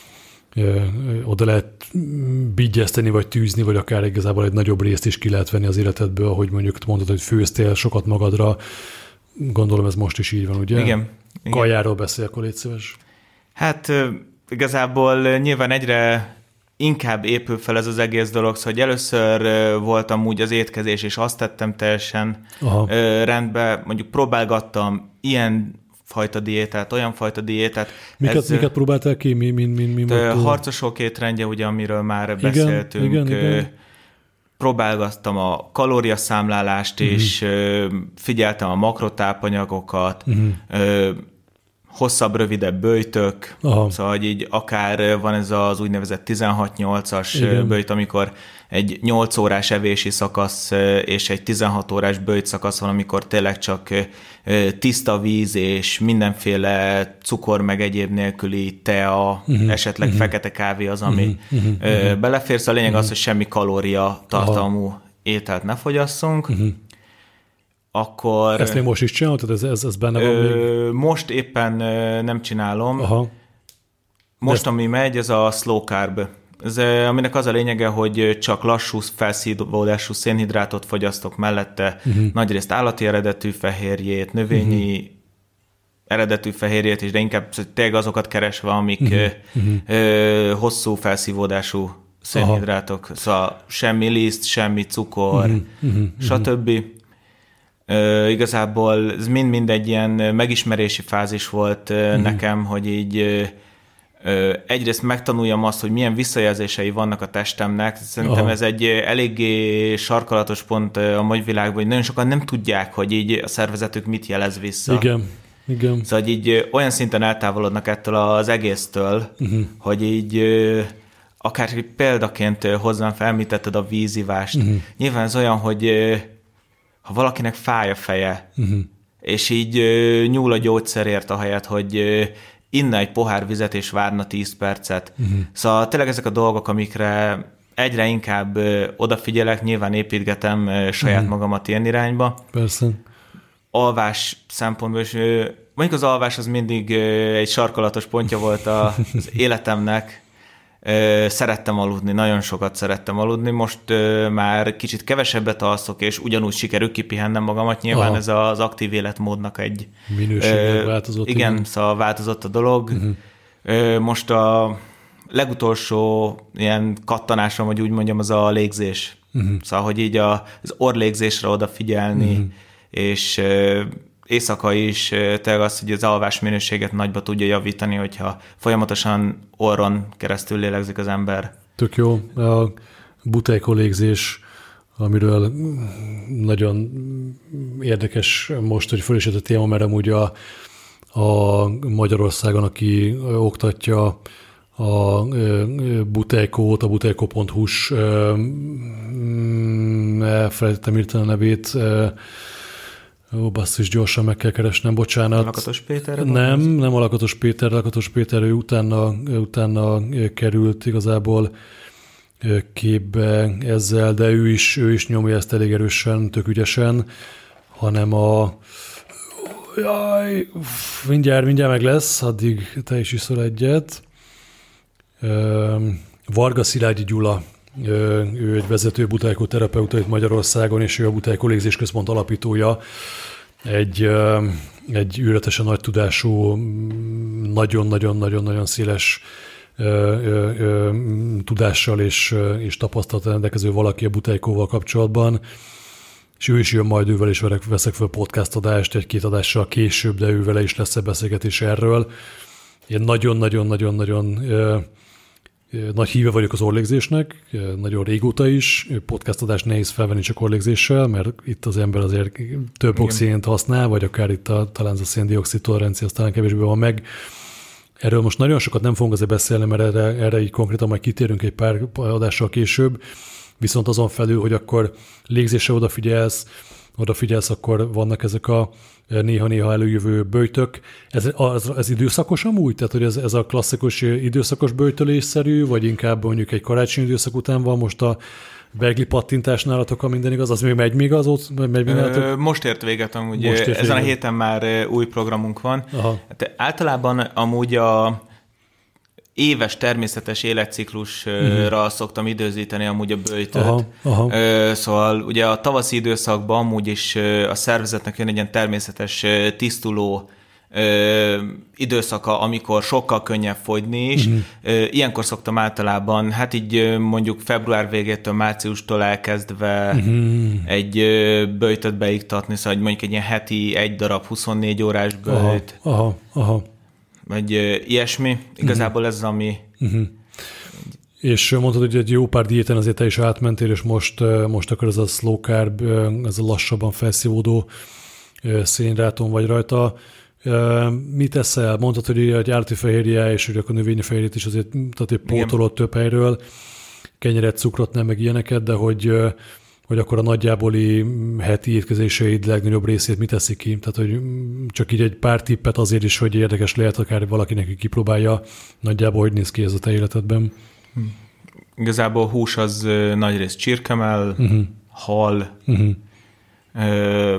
oda lehet bigyeszteni, vagy tűzni, vagy akár igazából egy nagyobb részt is ki lehet venni az életedből, hogy mondjuk mondod, hogy főztél sokat magadra, gondolom ez most is így van, ugye? Igen. igen. Kajáról beszél, akkor légy szíves. Hát igazából nyilván egyre inkább épül fel ez az egész dolog, szóval, hogy először voltam úgy az étkezés, és azt tettem teljesen Aha. rendbe, mondjuk próbálgattam ilyen fajta diétát, olyan fajta diétát. Miket, ez, miket próbáltál ki? Mi, mi, mi, mi harcosok étrendje, ugye, amiről már igen, beszéltünk. Igen, igen. Próbálgattam a kalóriaszámlálást, uh-huh. és figyeltem a makrotápanyagokat, uh-huh. hosszabb, rövidebb böjtök, Aha. szóval hogy így akár van ez az úgynevezett tizenhat nyolcas Igen. böjt, amikor egy nyolc órás evési szakasz és egy tizenhat órás böjt szakasz van, amikor tényleg csak tiszta víz és mindenféle cukor meg egyéb nélküli tea, uh-huh. esetleg uh-huh. fekete kávé az, ami uh-huh. Uh-huh. belefér. Szóval a lényeg uh-huh. az, hogy semmi kalória tartalmú Aha. ételt ne fogyasszunk. Uh-huh. Akkor... Ezt még most is csinálod? Tehát ez, ez, ez benne van még? Most éppen nem csinálom. Aha. Most, De... ami megy, ez a slow carb. Ez, aminek az a lényege, hogy csak lassú felszívódású szénhidrátot fogyasztok mellette, uh-huh. nagyrészt állati eredetű fehérjét, növényi uh-huh. eredetű fehérjét is, de inkább tényleg azokat keresve, amik uh-huh. Uh-huh. hosszú felszívódású szénhidrátok. Aha. Szóval semmi liszt, semmi cukor, uh-huh. Uh-huh. stb. Uh, igazából ez mind-mind egy ilyen megismerési fázis volt uh, uh-huh. nekem, hogy így uh, egyrészt megtanuljam azt, hogy milyen visszajelzései vannak a testemnek. Szerintem Aha. ez egy eléggé sarkalatos pont a mai világban, hogy nagyon sokan nem tudják, hogy így a szervezetük mit jelez vissza. Igen. Igen. Szóval így olyan szinten eltávolodnak ettől az egésztől, uh-huh. hogy így akár példaként hozzám felmítetted a vízivást. Uh-huh. Nyilván ez olyan, hogy ha valakinek fáj a feje, uh-huh. és így uh, nyúl a gyógyszerért ahelyett, hogy uh, inna egy pohár vizet és várna tíz percet. Uh-huh. Szóval tényleg ezek a dolgok, amikre egyre inkább uh, odafigyelek, nyilván építgetem uh, saját uh-huh. magamat ilyen irányba. Persze. Alvás szempontból, és uh, mondjuk az alvás az mindig uh, egy sarkalatos pontja volt a, az életemnek. Uh, szerettem aludni, nagyon sokat szerettem aludni, most uh, már kicsit kevesebbet alszok, és ugyanúgy sikerül kipihennem magamat, nyilván Aha. ez az aktív életmódnak egy... Minőséget uh, változott. Igen, igen, szóval változott a dolog. Uh-huh. Uh, most a legutolsó ilyen kattanásom, vagy úgy mondjam, az a légzés. Uh-huh. Szóval, hogy így a, az orrlégzésre odafigyelni, uh-huh. és uh, éjszaka is tényleg az, hogy az alvás minőséget nagyba tudja javítani, hogyha folyamatosan orron keresztül lélegzik az ember. Tök jó. A butejkolégzés, amiről nagyon érdekes most, hogy föl is jött a téma, mert amúgy a, a Magyarországon, aki oktatja a Butejkót, a butejko pont hu-s, elfelejtettem írtani a nevét, ó, basszus, gyorsan meg kell keresnem, bocsánat. Lakatos Péter? Nem, nem a Lakatos Péter, Lakatos Péter, ő utána, utána került igazából képbe ezzel, de ő is, ő is nyomja ezt elég erősen, tök ügyesen, hanem a jaj, mindjárt, mindjárt meg lesz, addig te is iszol egyet. Varga Szilágyi Gyula, ő egy vezető butejkoterapeuta itt Magyarországon, és ő a Butejko Légzés Központ alapítója. Egy, egy őrületesen nagy tudású, nagyon-nagyon-nagyon-nagyon széles tudással és, és tapasztalattal rendelkező valaki a Butejkóval kapcsolatban, és ő is jön majd, ővel is veszek fel podcast adást, egy-két adással később, de ővele is lesz egy beszélgetés erről. Én nagyon-nagyon-nagyon-nagyon nagy híve vagyok az orrlégzésnek, nagyon régóta is. Podcast adást nehéz felvenni csak orrlégzéssel, mert itt az ember azért több oxigént használ, vagy akár itt a, talán a széndioxid tolerancia aztán kevésbé van meg. Erről most nagyon sokat nem fogunk azért beszélni, mert erre, erre így konkrétan majd kitérünk egy pár adással később, viszont azon felül, hogy akkor légzésre odafigyelsz, odafigyelsz, akkor vannak ezek a néha-néha előjövő böjtök. Ez, az, ez időszakos amúgy? Tehát, hogy ez, ez a klasszikus időszakos böjtölésszerű, vagy inkább mondjuk egy karácsonyi időszak után van most a begli pattintás nálatok, ha minden igaz, az még megy még az ott? Megy még Ö, most ért véget amúgy. Most ért ezen véget. A héten már új programunk van. Hát általában amúgy a éves természetes életciklusra uh-huh. szoktam időzíteni amúgy a böjtöt. Aha, aha. Szóval ugye a tavaszi időszakban amúgy is a szervezetnek jön egy ilyen természetes tisztuló időszaka, amikor sokkal könnyebb fogyni is. Uh-huh. Ilyenkor szoktam általában, hát így mondjuk február végétől, márciustól elkezdve uh-huh. egy böjtöt beiktatni, szóval mondjuk egy ilyen heti egy darab huszonnégy órás böjt. Aha, aha, aha. Vagy ilyesmi. Igazából uh-huh. ez ami... Uh-huh. És mondtad, hogy egy jó pár diéten azért te is átmentél, és most, most akkor ez a slow carb, ez a lassabban felszívódó szénhidráton vagy rajta. Mit eszel? Mondtad, hogy egy állati fehérje, és hogy akkor növényi fehérjét is azért, tehát hogy pótolod több helyről, kenyeret, cukrot, nem meg ilyeneket, de hogy, hogy akkor a nagyjáboli heti étkezéseid legnagyobb részét mit eszik ki? Tehát, hogy csak így egy pár tippet azért is, hogy érdekes lehet, akár valakinek kipróbálja nagyjából, hogy néz ki ez a te életedben. Igazából hús az nagyrészt csirkemell, uh-huh. hal, uh-huh. ö,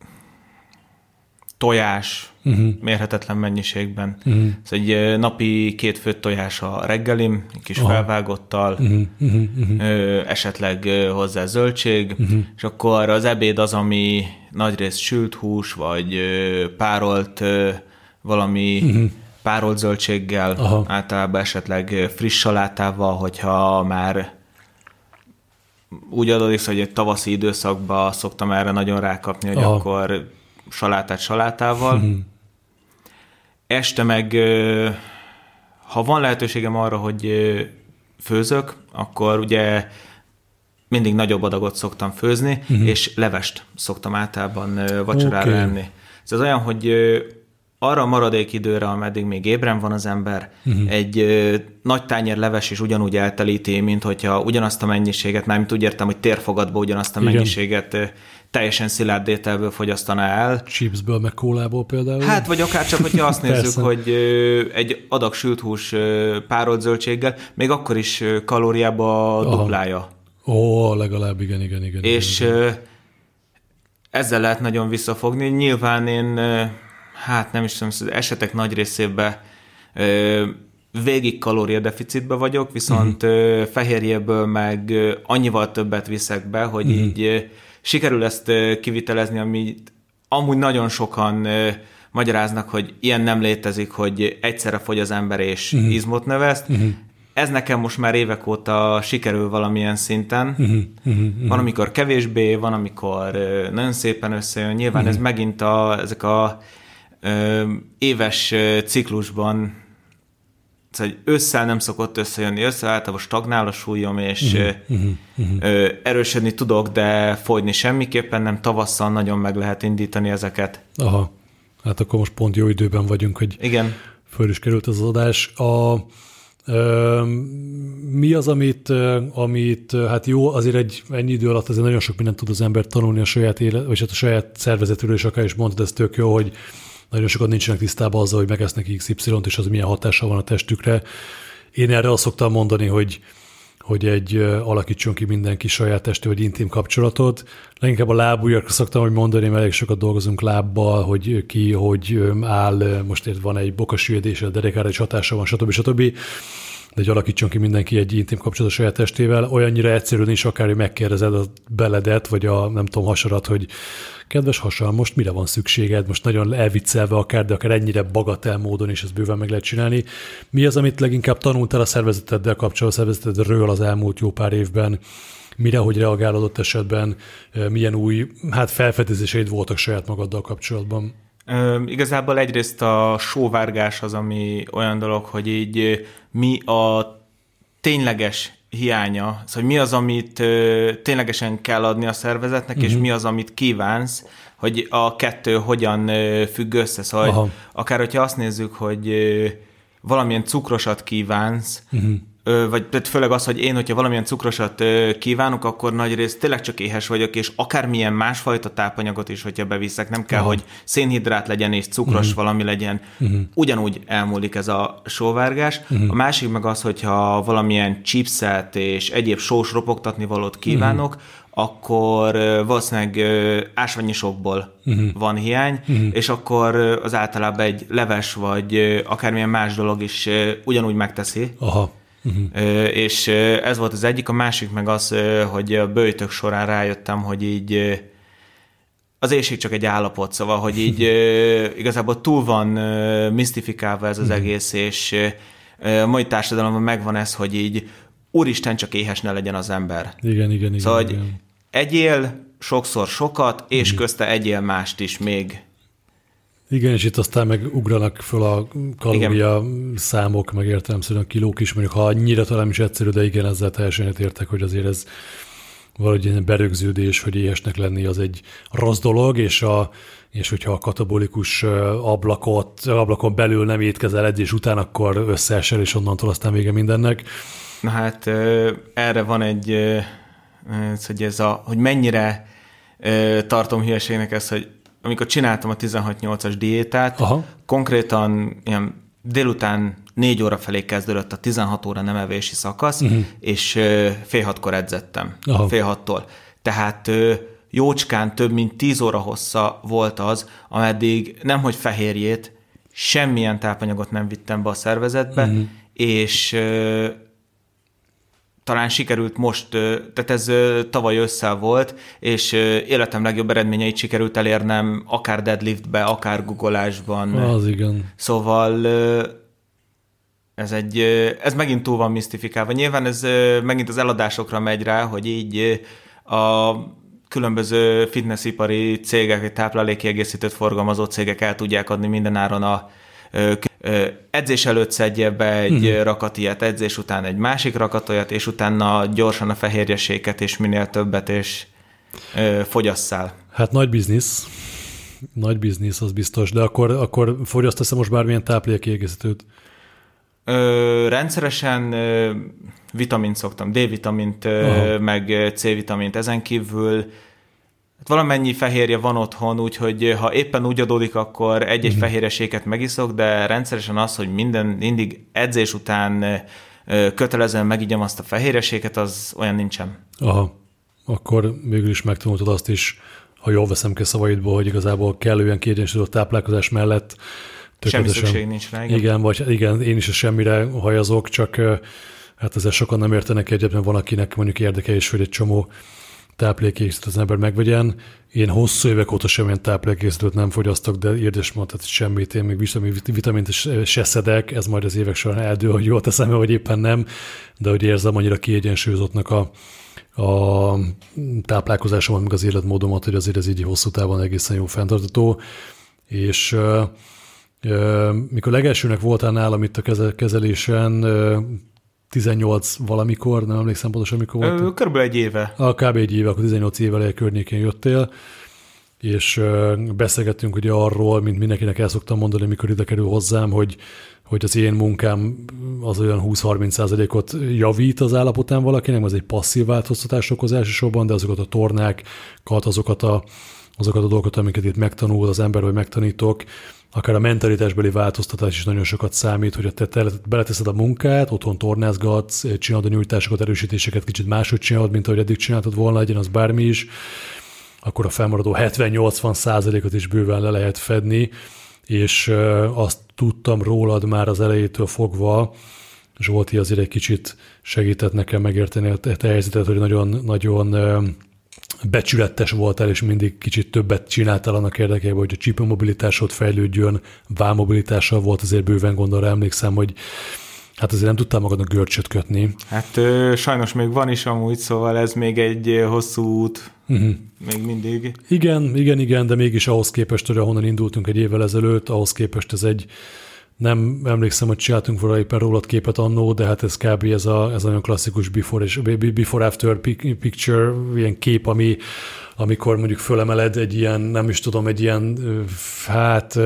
tojás, uh-huh. mérhetetlen mennyiségben. Uh-huh. Szóval egy napi két főtt tojás a reggelim, egy kis Aha. felvágottal, uh-huh. Uh-huh. Ö, esetleg hozzá zöldség, uh-huh. és akkor az ebéd az, ami nagyrészt sült hús, vagy párolt valami uh-huh. párolt zöldséggel, Aha. általában esetleg friss salátával, hogyha már úgy adódik, hogy egy tavaszi időszakban szoktam erre nagyon rákapni, hogy Aha. akkor salátát salátával. Uh-huh. Este meg, ha van lehetőségem arra, hogy főzök, akkor ugye mindig nagyobb adagot szoktam főzni, uh-huh. és levest szoktam általában vacsorára okay. enni. Ez olyan, hogy arra a maradék időre, ameddig még ébren van az ember, uh-huh. egy ö, nagy tányér leves is ugyanúgy eltelíti, mint hogyha ugyanazt a mennyiséget, mármint úgy értem, hogy térfogatba ugyanazt a Igen. mennyiséget ö, teljesen szilárd ételből fogyasztaná el. Chipsből, meg kólából például. Hát, vagy akár csak, hogyha azt nézzük, hogy ö, egy adag sült hús ö, párolt zöldséggel, még akkor is ö, kalóriába Aha. duplája. Ó, legalább igen, igen, igen. És igen, igen. Ö, ezzel lehet nagyon visszafogni. Nyilván én... Ö, hát nem is tudom, az esetek nagy részében ö, végig kalóriadeficitbe vagyok, viszont uh-huh. ö, fehérjéből meg ö, annyival többet viszek be, hogy uh-huh. így ö, sikerül ezt ö, kivitelezni, amit amúgy nagyon sokan ö, magyaráznak, hogy ilyen nem létezik, hogy egyszerre fogy az ember és uh-huh. izmot növeszt. Uh-huh. ez nekem most már évek óta sikerül valamilyen szinten. Uh-huh, uh-huh, uh-huh. Van, amikor kevésbé, van, amikor nagyon szépen összejön. Nyilván uh-huh. ez megint a, ezek a ö, éves ciklusban, szóval ősszel nem szokott összejönni, ősszel általában stagnál a súlyom, és uh-huh, uh-huh, uh-huh. erősödni tudok, de fogyni semmiképpen nem, tavasszal nagyon meg lehet indítani ezeket. Aha, hát akkor most pont jó időben vagyunk, hogy igen. föl is került az adás. A, ö, mi az, amit, amit, hát jó, azért egy ennyi idő alatt azért nagyon sok mindent tud az ember tanulni a saját élet, vagy hát a saját szervezetről, és akár is mondtad, ez tök jó, hogy nagyon sokan nincsenek tisztában azzal, hogy megesznek iksz ipszilont, és az milyen hatással van a testükre. Én erre azt szoktam mondani, hogy, hogy egy alakítson ki mindenki saját testű, vagy intim kapcsolatot. Leginkább a lábujjakra szoktam hogy mondani, mert elég sokat dolgozunk lábbal, hogy ki, hogy áll, most van egy bokasüllyedés, a derekára egy hatása van, stb. stb. De hogy alakítson ki mindenki egy intim kapcsolatot a saját testével. Olyannyira egyszerű nincs, akár, hogy megkérdezed a beledet, vagy a nem tudom, hasarat, hogy kedves hasal, most mire van szükséged? Most nagyon elviccelve akár, de akár ennyire bagatel módon is ezt bőven meg lehet csinálni. Mi az, amit leginkább tanultál a szervezeteddel kapcsolatban, a szervezetedről az elmúlt jó pár évben? Mire, hogy reagál adott esetben? Milyen új hát felfedezéseid voltak saját magaddal kapcsolatban? Ö, igazából egyrészt a sóvárgás az, ami olyan dolog, hogy így mi a tényleges hiánya, szóval mi az, amit ö, ténylegesen kell adni a szervezetnek, uh-huh. és mi az, amit kívánsz, hogy a kettő hogyan ö, függ össze. Szóval hogy akár, hogyha azt nézzük, hogy ö, valamilyen cukrosat kívánsz, uh-huh. ö, vagy főleg az, hogy én, hogyha valamilyen cukrosat ö, kívánok, akkor nagyrészt tényleg csak éhes vagyok, és akármilyen másfajta tápanyagot is, hogyha beviszek, nem kell, uh-huh. hogy szénhidrát legyen és cukros uh-huh. valami legyen, uh-huh. ugyanúgy elmúlik ez a sóvárgás. Uh-huh. A másik meg az, hogyha valamilyen chipset és egyéb sós ropogtatni valót kívánok, uh-huh. akkor valószínűleg ásványi sokból uh-huh. van hiány, uh-huh. és akkor az általában egy leves, vagy akármilyen más dolog is ugyanúgy megteszi. Aha. Uh-huh. És ez volt az egyik, a másik meg az, hogy a böjtök során rájöttem, hogy így az éhség csak egy állapot, szóval, hogy így igazából túl van misztifikálva ez az uh-huh. egész, és a mai társadalomban megvan ez, hogy így úristen, csak éhes ne legyen az ember. Igen, igen, igen. Szóval, igen. hogy egyél sokszor sokat, és uh-huh. közte egyél mást is még. Igen, és itt aztán meg ugranak föl a kalória igen. számok, meg értelemszerűen kilók is, mondjuk ha annyira talán is egyszerű, de igen, ezzel teljesen értek, hogy azért ez valahogy ilyen berögződés, hogy éhesnek lenni az egy rossz dolog, és, a, és hogyha a katabolikus ablakot, ablakon belül nem étkezel edzés után, akkor összeesel, és onnantól aztán vége mindennek. Na hát erre van egy, hogy, ez a, hogy mennyire tartom hülyeségnek ezt, hogy amikor csináltam a tizenhat nyolcas diétát, aha. konkrétan ilyen délután négy óra felé kezdődött a tizenhat óra nem evési szakasz, uh-huh. és fél hatkor edzettem, aha. fél hattól. Tehát jócskán több mint tíz óra hossza volt az, ameddig nemhogy fehérjét, semmilyen tápanyagot nem vittem be a szervezetbe, uh-huh. és talán sikerült most, tehát ez tavaly ősszel volt, és életem legjobb eredményeit sikerült elérnem akár deadliftbe, akár guggolásban. Az igen. Szóval ez, egy, ez megint túl van misztifikálva. Nyilván ez megint az eladásokra megy rá, hogy így a különböző fitnessipari cégek, vagy táplálékkiegészítőt forgalmazó cégek el tudják adni mindenáron a edzés előtt szedje be egy uh-huh. rakat ilyet, edzés után egy másik rakat olyat, és utána gyorsan a fehérjeséket, és minél többet, és ö, fogyasszál. Hát nagy biznisz. Nagy biznisz, az biztos. De akkor, akkor fogyasztasz-e most bármilyen táplálékkiegészítőt? Ö, rendszeresen ö, vitamint szoktam, D-vitamint, ö, meg C-vitamint. Ezen kívül valamennyi fehérje van otthon, úgyhogy ha éppen úgy adódik, akkor egy-egy uh-huh. fehérjeséket megiszok, de rendszeresen az, hogy minden, mindig edzés után kötelezően megigyam azt a fehérjeséket, az olyan nincsen. Aha, akkor végül is megtanultad azt is, ha jól veszem ki szavaidból, hogy igazából kellően kiegyensúlyozott táplálkozás mellett semmi szükség nincs rá. Igen. igen, vagy igen, én is a semmire hajazok, csak hát ezzel sokan nem értenek egyet, mert van, akinek mondjuk érdeke is, hogy egy csomó táplálékkiegészítőt az ember megvegyen. Én hosszú évek óta semmilyen táplálékkiegészítőt nem fogyasztok, de érdekes mondtad, hogy semmit, én még vitamint se szedek, ez majd az évek során eldől, hogy jól teszem, vagy éppen nem, de hogy érzem annyira kiegyensúlyozottnak a, a táplálkozásomat, meg az életmódomat, hogy azért ez így hosszú távon egészen jó fenntartató. És uh, uh, mikor legelsőnek voltál nálam itt a kezelésen, uh, tizennyolc valamikor, nem emlékszem pontosan, mikor volt. Ö, körülbelül egy éve. A kb. Egy éve, akkor tizennyolc évvel el környékén jöttél, és uh, beszélgettünk ugye arról, mint mindenkinek el szoktam mondani, mikor ide kerül hozzám, hogy, hogy az én munkám az olyan húsz-harminc százalékot javít az állapotán valakinek, az egy passzív változtatás okoz elsősorban, de azokat a tornákat, azokat a, azokat a dolgokat, amiket itt megtanul az ember, vagy megtanítok, akár a mentalitásbeli változtatás is nagyon sokat számít, hogy te, te beleteszed a munkát, otthon tornázgatsz, csinálod a nyújtásokat, erősítéseket, kicsit máshogy csinálod, mint ahogy eddig csináltad volna, legyen az bármi is, akkor a felmaradó hetven-nyolcvan százalékot is bőven le lehet fedni, és azt tudtam rólad már az elejétől fogva, Zsolti azért egy kicsit segített nekem megérteni a te helyzetet, hogy nagyon, nagyon becsületes voltál, és mindig kicsit többet csináltál annak érdekében, hogy a csípőmobilitásod fejlődjön, válmobilitással volt azért bőven gond, arra emlékszem, hogy hát azért nem tudtál magadnak görcsöt kötni. Hát ö, sajnos még van is amúgy, szóval ez még egy hosszú út, uh-huh. még mindig. Igen, igen, igen, de mégis ahhoz képest, hogy ahonnan indultunk egy évvel ezelőtt, ahhoz képest ez egy, nem emlékszem, hogy csináltunk volna éppen rólad képet annó, de hát ez kb. ez a, ez a nagyon klasszikus before és before after picture, ilyen kép, ami, amikor mondjuk fölemeled egy ilyen, nem is tudom, egy ilyen, hát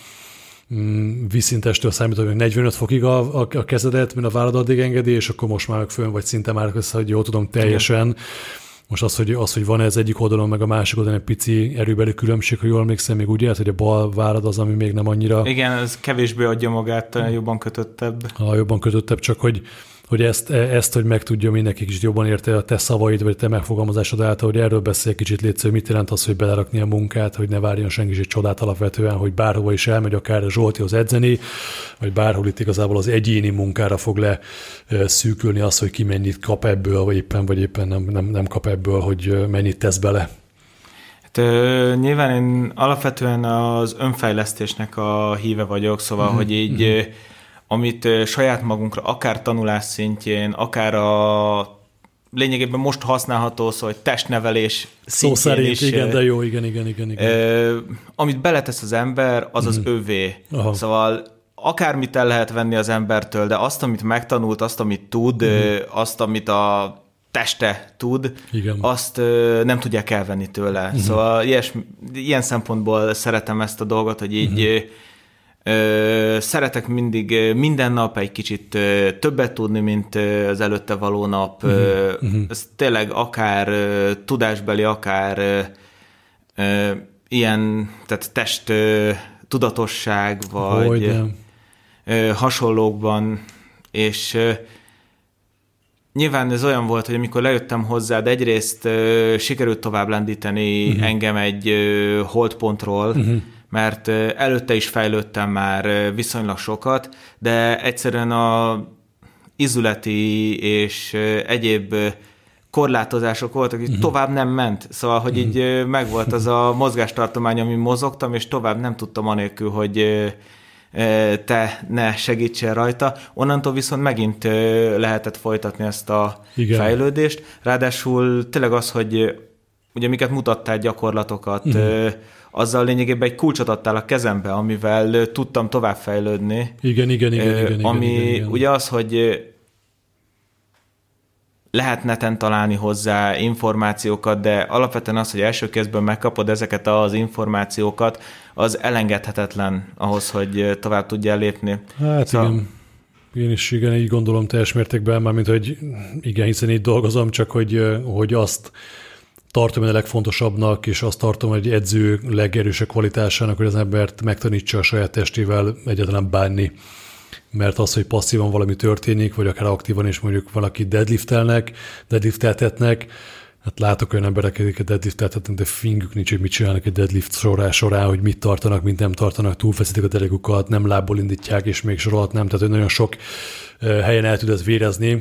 vízszintestől számítva, hogy negyvenöt fokig a, a, a kezedet, mint a vállad addig engedi, és akkor most már meg fönn vagy szinte már össze, hogy jól tudom teljesen. Igen. Most az, hogy, az, hogy van ez egyik oldalon, meg a másik oldalon egy pici erőbeli különbség, ha jól emlékszem, még úgy élt, hogy a bal vállad az, ami még nem annyira... Igen, ez kevésbé adja magát, jobban kötöttebb. A jobban kötöttebb, csak hogy, hogy ezt, ezt, hogy meg tudja mindenki kicsit jobban érte a te szavaid, vagy a te megfogalmazásod által, hogy erről beszél kicsit létsz, hogy mit jelent az, hogy belerakni a munkát, hogy ne várjon senki is egy csodát alapvetően, hogy bárhova is elmegy, akár Zsoltihoz edzeni, vagy bárhol itt igazából az egyéni munkára fog le szűkülni az, hogy ki mennyit kap ebből, vagy éppen, vagy éppen nem, nem, nem kap ebből, hogy mennyit tesz bele. Hát, ö, nyilván én alapvetően az önfejlesztésnek a híve vagyok, szóval, mm-hmm. hogy így mm-hmm. amit saját magunkra, akár tanulás szintjén, akár a lényegében most használható szó, hogy testnevelés szintjén szó szerint, is. igen, de jó, igen, igen, igen. igen. Ö, amit beletesz az ember, az mm. az övé. Aha. Szóval akármit el lehet venni az embertől, de azt, amit megtanult, azt, amit tud, mm. azt, amit a teste tud, igen. azt ö, nem tudják elvenni tőle. Mm. Szóval ilyes, ilyen szempontból szeretem ezt a dolgot, hogy így mm. Ö, szeretek mindig minden nap egy kicsit ö, többet tudni, mint ö, az előtte való nap. Uh-huh. Uh-huh. Ez tényleg akár ö, tudásbeli, akár ö, ö, ilyen, tehát test ö, tudatosság, vagy ö, hasonlókban, és ö, nyilván ez olyan volt, hogy amikor lejöttem hozzád, egyrészt ö, sikerült tovább lendíteni uh-huh. engem egy ö, holdpontról, uh-huh. mert előtte is fejlődtem már viszonylag sokat, de egyszerűen a izületi és egyéb korlátozások voltak, hogy uh-huh. tovább nem ment. Szóval, hogy uh-huh. így megvolt az a mozgástartomány, amin mozogtam, és tovább nem tudtam anélkül, hogy te ne segítsél rajta. Onnantól viszont megint lehetett folytatni ezt a Igen. fejlődést. Ráadásul tényleg az, hogy ugye miket mutattál gyakorlatokat, uh-huh. azzal lényegében egy kulcsot adtál a kezembe, amivel tudtam továbbfejlődni. Igen, igen, igen. igen ami igen, igen, igen. ugye az, hogy lehet neten találni hozzá információkat, de alapvetően az, hogy első kézből megkapod ezeket az információkat, az elengedhetetlen ahhoz, hogy tovább tudjál lépni. Hát szóval... igen. Én is igen, így gondolom teljes mértékben, mármint, hogy igen, hiszen így dolgozom, csak hogy, hogy azt tartom én a legfontosabbnak, és azt tartom, hogy egy edző legerősebb kvalitásának, hogy az embert megtanítsa a saját testével egyáltalán bánni. Mert az, hogy passzívan valami történik, vagy akár aktívan is mondjuk valaki deadliftelnek, deadlifteltetnek, hát látok olyan emberek, akiket deadlifteltetnek, de fingük nincs, hogy mit csinálnak egy deadlift során, során, hogy mit tartanak, mit nem tartanak, túlfeszítik a deregukat, nem lábból indítják, és még sorolhatnám, tehát hogy nagyon sok helyen el tud ez vérezni,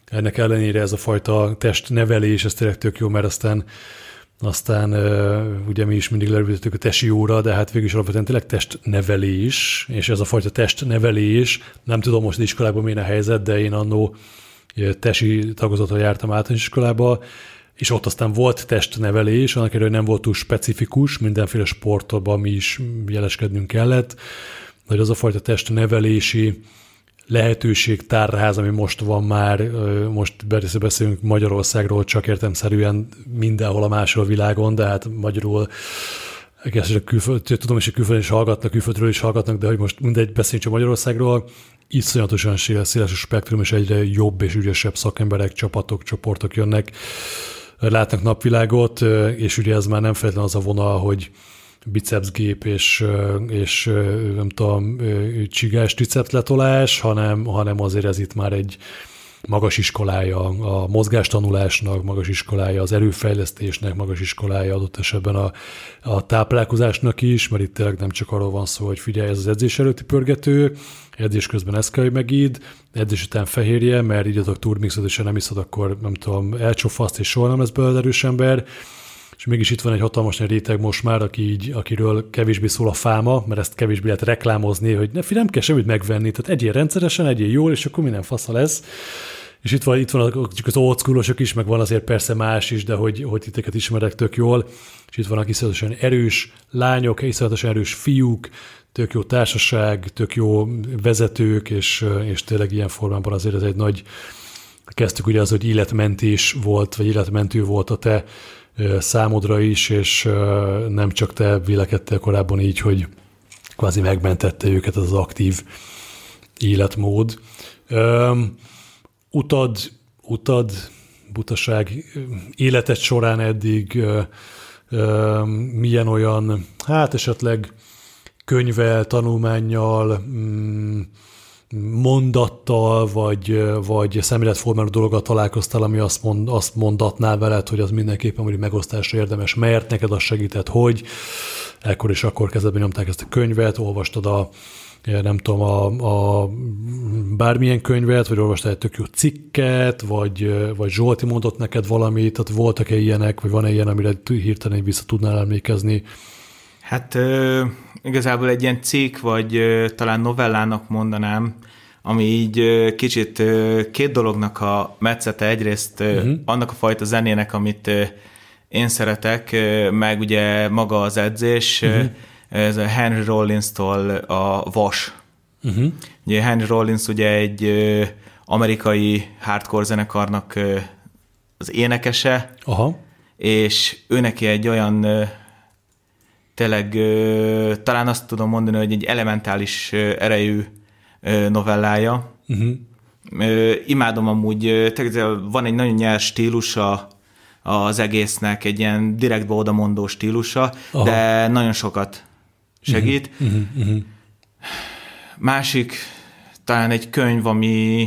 ennek ellenére ez a fajta testnevelés, ez tényleg tök jó, mert aztán Aztán ugye mi is mindig lerövidítettük a tesi óra, de hát végül is alapvetően tényleg testnevelés, és ez a fajta testnevelés, nem tudom most iskolában milyen a helyzet, de én annó tesi tagozatra jártam általános iskolába, és ott aztán volt testnevelés, annak ellenére nem volt túl specifikus, mindenféle sportban mi is jeleskednünk kellett, de az a fajta testnevelési lehetőség, tárház, ami most van már, most beszélünk Magyarországról, csak értelemszerűen mindenhol a máshol a világon, de hát magyarul külföld, tudom is, hogy külföldön is hallgatnak, külföldről is hallgatnak, de hogy most mindegy, beszéljünk csak Magyarországról, iszonyatosan széles a spektrum, és egyre jobb és ügyesebb szakemberek, csapatok, csoportok jönnek, látnak napvilágot, és ugye ez már nem feltétlenül az a vonal, hogy bicepsgép és, és nem tudom, csigás tricepsletolás, hanem, hanem azért ez itt már egy magas iskolája a mozgástanulásnak, magas iskolája az erőfejlesztésnek, magas iskolája adott esetben a, a táplálkozásnak is, mert itt tényleg nem csak arról van szó, hogy figyelj, ez az edzés előtti pörgető, edzés közben ezt kell, hogy megíd, edzés után fehérje, mert így adok turmixot, és ha nem iszod, akkor nem tudom, elcsofaszt, és soha nem lesz belőle erős ember. És mégis itt van egy hatalmas nagy réteg most már, aki így, akiről kevésbé szól a fáma, mert ezt kevésbé lehet reklámozni, hogy ne, nem kell semmit megvenni, tehát egyél rendszeresen, egyél jól, és akkor minden fasza lesz. És itt van, itt van az old schoolosok is, meg van azért persze más is, de hogy, hogy titeket ismerek tök jól, és itt vannak iszonyatosan erős lányok, iszonyatosan erős fiúk, tök jó társaság, tök jó vezetők, és, és tényleg ilyen formában azért ez egy nagy, kezdtük ugye az, hogy életmentés volt, vagy életmentő volt a te számodra is, és nem csak te vélekedtél korábban így, hogy kvázi megmentette őket az aktív életmód. Utad, utad, butaság, életed során eddig milyen olyan, hát esetleg könyvvel, tanulmánnyal, mondattal, vagy, vagy szemléletformáló dologgal találkoztál, ami azt, mond, azt mondatná veled, hogy az mindenképpen hogy megosztásra érdemes, mert neked az segített, hogy ekkor és akkor kezdetben nyomták ezt a könyvet, olvastad a, nem tudom, a, a bármilyen könyvet, vagy olvastál egy tök jó cikket, vagy, vagy Zsolti mondott neked valamit, tehát voltak-e ilyenek, vagy van-e ilyen, amire hirtelen vissza tudnál emlékezni? Hát ö, igazából egy ilyen cikk, vagy ö, talán novellának mondanám, ami így ö, kicsit ö, két dolognak a metszete, egyrészt ö, uh-huh. annak a fajta zenének, amit ö, én szeretek, ö, meg ugye maga az edzés, uh-huh. ez a Henry Rollins-tól a Wash. Uh-huh. Ugye Henry Rollins ugye egy ö, amerikai hardcore zenekarnak ö, az énekese, aha. és ő neki egy olyan ö, tényleg ö, talán azt tudom mondani, hogy egy elementális ö, erejű ö, novellája. Uh-huh. Ö, imádom amúgy, ö, van egy nagyon nyers stílusa az egésznek, egy ilyen direktbe odamondó stílusa, aha. de nagyon sokat segít. Uh-huh. Uh-huh. Másik, talán egy könyv, ami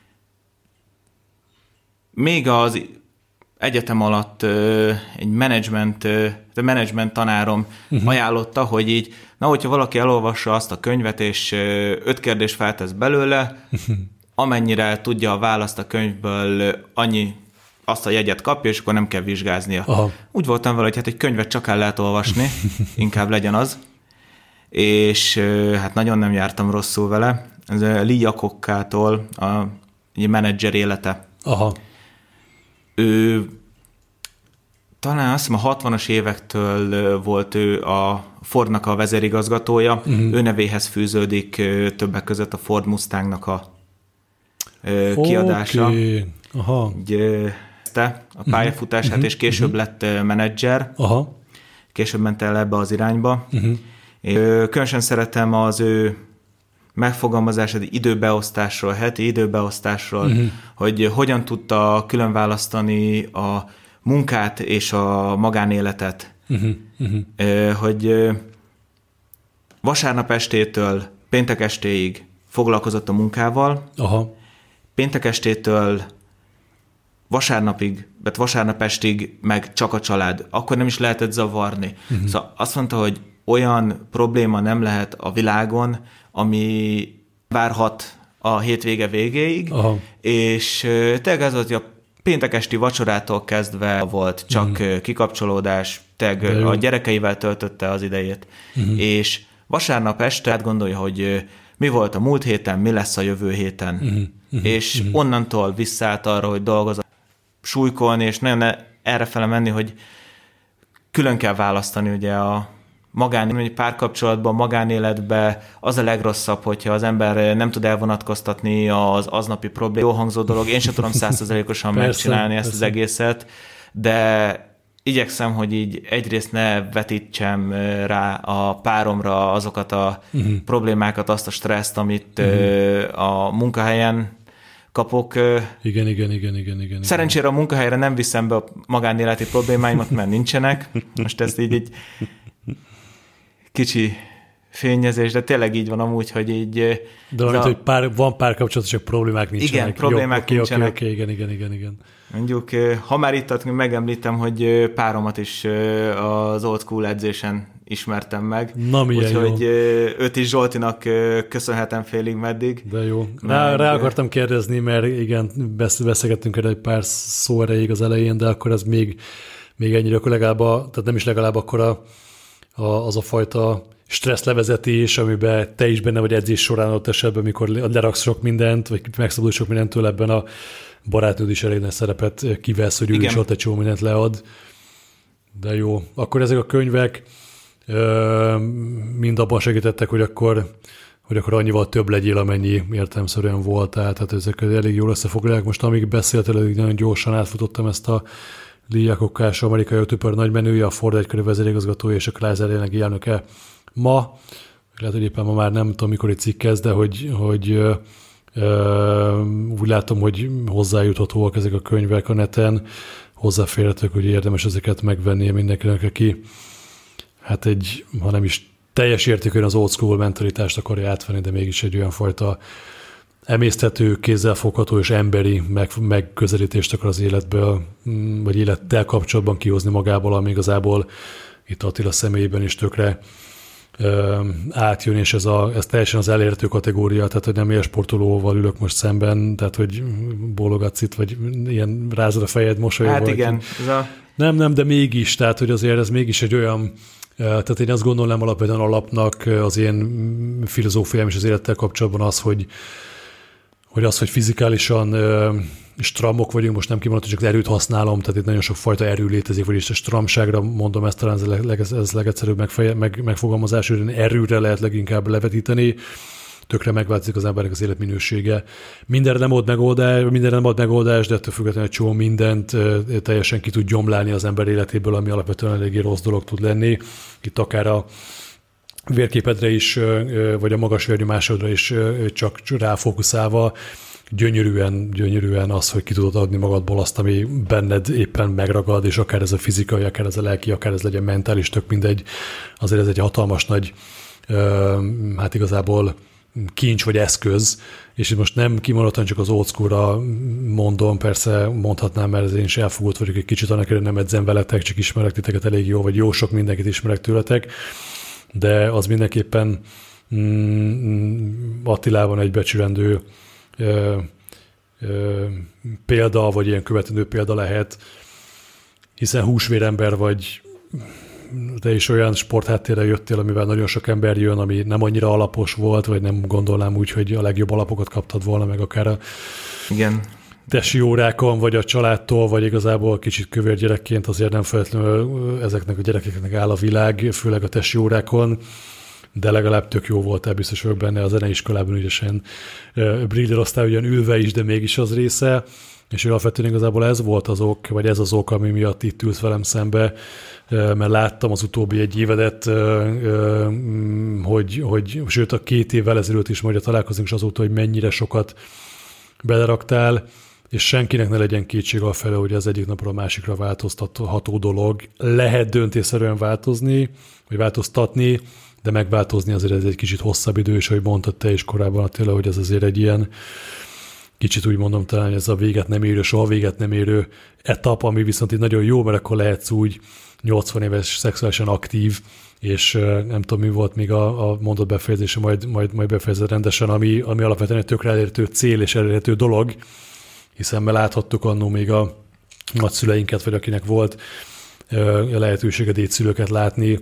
még az egyetem alatt ö, egy menedzsment, ö, de menedzsment tanárom uh-huh. ajánlotta, hogy így, na, hogyha valaki elolvassa azt a könyvet, és ö, öt kérdést feltesz belőle, uh-huh. amennyire tudja a választ a könyvből, annyi azt a jegyet kapja, és akkor nem kell vizsgáznia. Aha. Úgy voltam vele, hogy hát egy könyvet csak el lehet olvasni, inkább legyen az. És ö, hát nagyon nem jártam rosszul vele. Ez a Lee Iacocca-tól a egy menedzser élete. Aha. Ő talán azt hiszem a hatvanas évektől volt ő a Fordnak a vezérigazgatója, uh-huh. ő nevéhez fűződik többek között a Ford Mustangnak a kiadása. Okay. Aha. A pályafutását, uh-huh. és később uh-huh. lett menedzser. Aha. Később ment el ebbe az irányba. Uh-huh. Különösen szeretem az ő megfogalmazását időbeosztásról, heti időbeosztásról, uh-huh. hogy hogyan tudta külön választani a munkát és a magánéletet. Uh-huh. Uh-huh. Hogy vasárnap estétől péntek estéig foglalkozott a munkával, aha. péntek estétől vasárnapig, mert vasárnap estig meg csak a család. Akkor nem is lehetett zavarni. Uh-huh. Szóval azt mondta, hogy olyan probléma nem lehet a világon, ami várhat a hétvége végéig, Aha. és tényleg az volt, hogy a péntek esti vacsorától kezdve volt csak mm. kikapcsolódás, tényleg a gyerekeivel töltötte az idejét, mm. és vasárnap este átgondolja, hogy mi volt a múlt héten, mi lesz a jövő héten, mm. és mm. onnantól visszaállt arra, hogy dolgozott, súlykolni, és nagyon errefele menni, hogy külön kell választani ugye a magán, egy párkapcsolatban, magánéletben az a legrosszabb, hogyha az ember nem tud elvonatkoztatni az aznapi probléma. Jó hangzó dolog, én sem tudom százszerzalékosan megcsinálni ezt persze. az egészet, de igyekszem, hogy így egyrészt ne vetítsem rá a páromra azokat a uh-huh. problémákat, azt a stresszt, amit uh-huh. a munkahelyen kapok. Igen, igen, igen, igen, igen. Szerencsére a munkahelyre nem viszem be a magánéleti problémáimat, mert nincsenek. Most ezt így, így kicsi fényezés, de tényleg így van amúgy, hogy így... De valamint, a... hogy pár, van párkapcsolat, csak problémák nincsenek. Igen, problémák Jó, nincsenek. Oké, oké, igen, igen, igen, igen. Mondjuk, ha már itt megemlítem, hogy páromat is az old school edzésen ismertem meg. Na, milyen úgyhogy jó. őt is Zsoltinak köszönhetem félig meddig. De jó. Rá, rá akartam kérdezni, mert igen, beszélgettünk erre egy pár szó erejéig az elején, de akkor ez még, még ennyire, akkor legalább, a, tehát nem is legalább akkor a, a, az a fajta stressz levezetés, amiben te is benne vagy edzés során ott esetben, amikor leraksz sok mindent, vagy megszabadul sok mindentől, ebben a barátnőd is elég nagy szerepet kivesz, hogy ő is ott egy csomó mindent lead. De jó. Akkor ezek a könyvek mind abban segítettek, hogy akkor, hogy akkor annyival több legyél, amennyi értelemszerűen voltál. Tehát ezek elég jól összefoglalják. Most amíg beszéltél, elég nagyon gyorsan átfutottam ezt a Lee Iacocca, amerikai ötőpör nagymenője, a Ford egykori vezérigazgatója és a Chrysler jelenlegi elnöke ma. Lehet, hogy éppen ma már nem tudom, mikor egy cikk kezd, de hogy, hogy ö, úgy látom, hogy hozzájuthatóak ezek a könyvek a neten, hozzáférhetők, hogy érdemes ezeket megvennie mindenkinek, aki hát egy, ha nem is teljes értékűen az old school mentalitást akarja átvenni, de mégis egy olyan fajta emészthető, kézzelfogható és emberi meg, megközelítést akar az életből, vagy élettel kapcsolatban kihozni magából, ami igazából itt Attila személyében is tökre ö, átjön, és ez, a, ez teljesen az elérhető kategória, tehát hogy nem ilyen sportolóval ülök most szemben, tehát hogy bólogatsz itt, vagy ilyen rázod a fejed, mosolyog. Hát igen. Ez a... Nem, nem, de mégis, tehát hogy azért ez mégis egy olyan, tehát én azt gondolom alapvetően alapnak az én filozófiám és az élettel kapcsolatban az, hogy, hogy az, hogy fizikálisan stramok vagyunk, most nem kimondom, csak az erőt használom, tehát itt nagyon sok fajta erő létezik, vagyis a stramságra mondom, ezt talán ez, leg, ez legegyszerűbb megfeje, meg, megfogalmazás, hogy erőre lehet leginkább levetíteni, tökre megváltozik az embernek az életminősége. Mindenre nem ad megoldás, mindenre nem ad megoldás, de ettől függetlenül egy csomó mindent teljesen ki tud gyomlálni az ember életéből, ami alapvetően eléggé rossz dolog tud lenni. Itt akár a vérképedre is, vagy a magas vérnyomásodra is csak ráfókuszálva, gyönyörűen, gyönyörűen az, hogy ki tudod adni magadból azt, ami benned éppen megragad, és akár ez a fizikai, akár ez a lelki, akár ez legyen mentális, tök mindegy. Azért ez egy hatalmas nagy, hát igazából kincs vagy eszköz, és most nem kimondottan csak az old school-ra mondom, persze mondhatnám, mert én is elfogult vagyok egy kicsit, annak ellenére nem edzem veletek, csak ismerek titeket elég jó, vagy jó sok mindenkit ismerek tőletek, de az mindenképpen mm, Attilában egy becsülendő ö, ö, példa, vagy ilyen követendő példa lehet, hiszen húsvérember vagy, te is olyan sportháttérre jöttél, amivel nagyon sok ember jön, ami nem annyira alapos volt, vagy nem gondolnám úgy, hogy a legjobb alapokat kaptad volna, meg akár a igen. tesi órákon, vagy a családtól, vagy igazából kicsit kövér gyerekként azért nem feltétlenül ezeknek a gyerekeknek áll a világ, főleg a tesi órákon, de legalább tök jó voltál, biztos vagyok benne, a zeneiskolában ügyesen brillíroztál ugyan ülve is, de mégis az része, és alapvetően igazából ez volt az ok, vagy ez az ok, ami miatt itt ült velem szembe, mert láttam az utóbbi egy évedet, hogy, hogy sőt a két évvel ezelőtt is majd találkozunk, és azóta, hogy mennyire sokat beleraktál, és senkinek ne legyen kétség afelé, hogy az egyik napra a másikra változtatható dolog. Lehet döntésszerűen változni, vagy változtatni, de megváltozni azért ez egy kicsit hosszabb idő, és ahogy mondtad te is korábban, Attila, hogy ez azért egy ilyen kicsit úgy mondom talán, ez a véget nem érő, soha véget nem érő etap, ami viszont így nagyon jó, mert akkor lehetsz úgy nyolcvan éves szexuálisan aktív, és nem tudom, mi volt még a, a mondott befejezése, majd, majd, majd befejezett rendesen, ami, ami alapvetően egy tökre elérhető cél és elérhető dolog, hiszen me láthattuk annó még a nagyszüleinket, vagy akinek volt a lehetősége dédszülőket látni,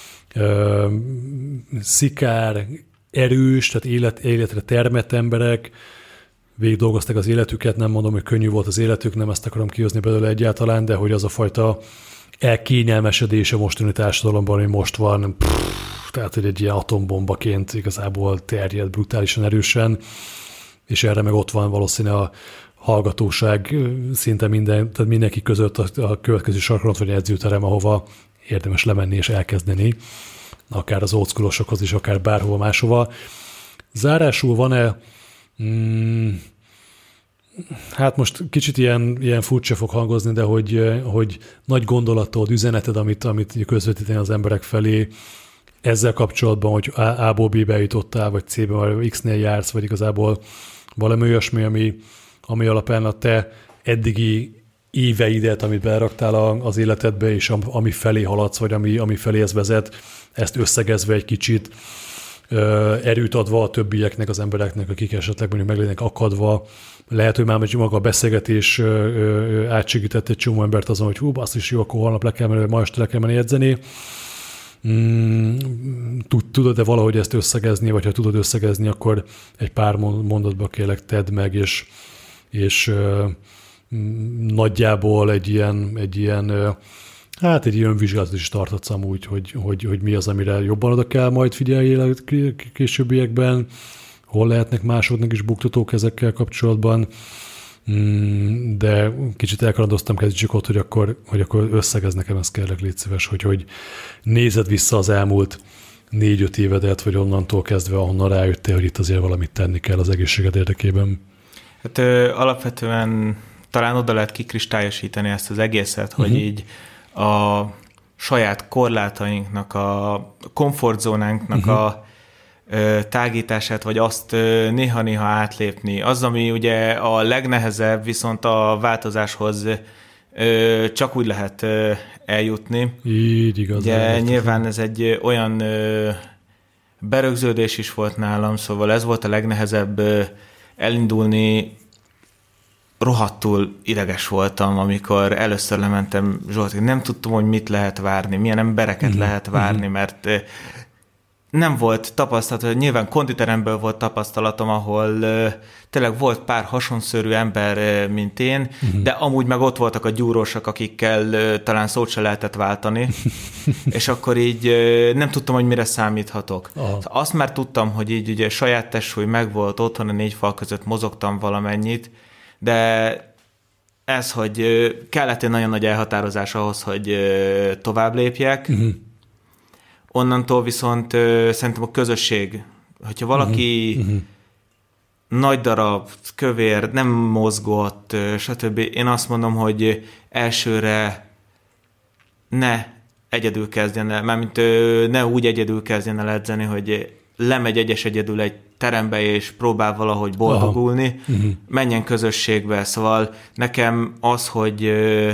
szikár, erős, tehát élet, életre termett emberek, végig dolgozták az életüket, nem mondom, hogy könnyű volt az életük, nem ezt akarom kihozni belőle egyáltalán, de hogy az a fajta elkényelmesedése mostani társadalomban, ami most van, pff, tehát hogy egy ilyen atombombaként igazából terjed brutálisan erősen, és erre meg ott van valószínűleg a hallgatóság szinte minden, tehát mindenki között a, a következő sarkonat vagy edzőterem, ahova érdemes lemenni és elkezdeni, akár az old schoolosokhoz is, akár bárhova máshova. Zárásul van-e, hmm, hát most kicsit ilyen, ilyen furcsa fog hangozni, de hogy, hogy nagy gondolatod, üzeneted, amit, amit közvetíteni az emberek felé, ezzel kapcsolatban, hogy A-ból B-be jutottál, vagy C-be, vagy X-nél jársz, vagy igazából valami olyasmi, ami, ami alapján a te eddigi éveidet, amit beleraktál az életedbe, és ami felé haladsz, vagy ami, ami felé ez vezet, ezt összegezve egy kicsit, erőt adva a többieknek, az embereknek, akik esetleg mondjuk meg lennének akadva. Lehet, hogy már maga a beszélgetés átsegített egy csomó embert azon, hogy hú, azt is jó, akkor holnap le kell menni, ma este le kell menni edzeni. Tudod-e valahogy ezt összegezni, vagy ha tudod összegezni, akkor egy pár mondatba kérlek tedd meg, és, és nagyjából egy ilyen, egy ilyen hát egy ilyen önvizsgálatot is tartatsz amúgy, hogy, hogy, hogy mi az, amire jobban oda kell majd figyelni a későbbiekben, hol lehetnek másodnak is buktatók ezekkel kapcsolatban, de kicsit elkalandoztam kezdjük hogy akkor, hogy akkor összegez nekem, ezt kérlek, légy szíves, hogy, hogy nézed vissza az elmúlt négy-öt évedet, vagy onnantól kezdve, ahonnan rájöttél, hogy itt azért valamit tenni kell az egészséged érdekében. Hát ö, alapvetően talán oda lehet kikristályosítani ezt az egészet, hogy uh-huh. így a saját korlátainknak, a komfortzónánknak uh-huh. a ö, tágítását, vagy azt ö, néha-néha átlépni. Az, ami ugye a legnehezebb, viszont a változáshoz ö, csak úgy lehet ö, eljutni. Így igaz. Ugye nyilván ez egy olyan ö, berögződés is volt nálam, szóval ez volt a legnehezebb ö, elindulni. Rohadtul ideges voltam, amikor először lementem Zsoltig. Nem tudtam, hogy mit lehet várni, milyen embereket mm-hmm. lehet várni, mert nem volt tapasztalat, nyilván konditeremből volt tapasztalatom, ahol tényleg volt pár hasonszörű ember, mint én, mm-hmm. de amúgy meg ott voltak a gyúrósak, akikkel talán szót se lehetett váltani, és akkor így nem tudtam, hogy mire számíthatok. Aha. Azt már tudtam, hogy így ugye saját testsúly megvolt, otthon a négy fal között mozogtam valamennyit, de ez, hogy kellett egy nagyon nagy elhatározás ahhoz, hogy tovább lépjek. Uh-huh. Onnantól viszont szerintem a közösség, hogyha valaki uh-huh. nagy darab, kövér, nem mozgott, stb. Én azt mondom, hogy elsőre ne egyedül kezdjen el, mármint ne úgy egyedül kezdjen el edzeni, hogy lemegy egyes egyedül egy terembe, és próbál valahogy boldogulni, uh-huh. menjen közösségbe. Szóval nekem az, hogy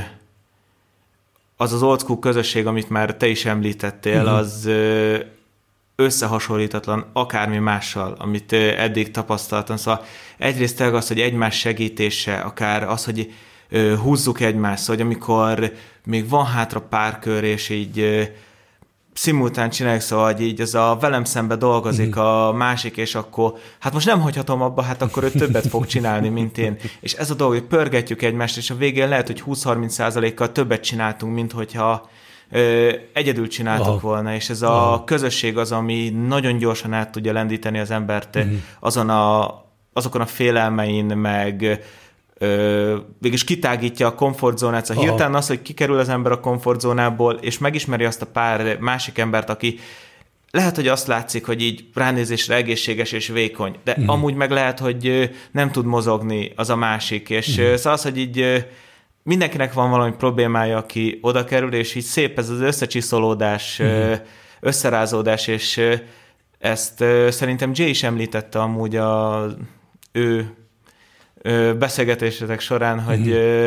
az az old school közösség, amit már te is említettél, uh-huh. az összehasonlítatlan akármi mással, amit eddig tapasztaltam. Szóval egyrészt tényleg az, hogy egymás segítése, akár az, hogy húzzuk egymást, hogy amikor még van hátra pár kör, és így szimultán csináljuk, szóval hogy így ez a velem szembe dolgozik mm. a másik, és akkor hát most nem hagyhatom abba, hát akkor ő többet fog csinálni, mint én. És ez a dolog, hogy pörgetjük egymást, és a végén lehet, hogy húsz-harminc százalékkal többet csináltunk, mint hogyha ö, egyedül csináltuk Aha. volna, és ez a Aha. közösség az, ami nagyon gyorsan át tudja lendíteni az embert mm. azon a, azokon a félelmein, meg végülis kitágítja a komfortzónát, szóval hirtelen az, hogy kikerül az ember a komfortzónából, és megismeri azt a pár másik embert, aki lehet, hogy azt látszik, hogy így ránézésre egészséges és vékony, de mm. amúgy meg lehet, hogy nem tud mozogni az a másik, és mm. szóval az, hogy így mindenkinek van valami problémája, aki oda kerül, és így szép ez az összecsiszolódás, mm. összerázódás, és ezt szerintem Jay is említette amúgy a ő beszélgetésetek során, hogy mm.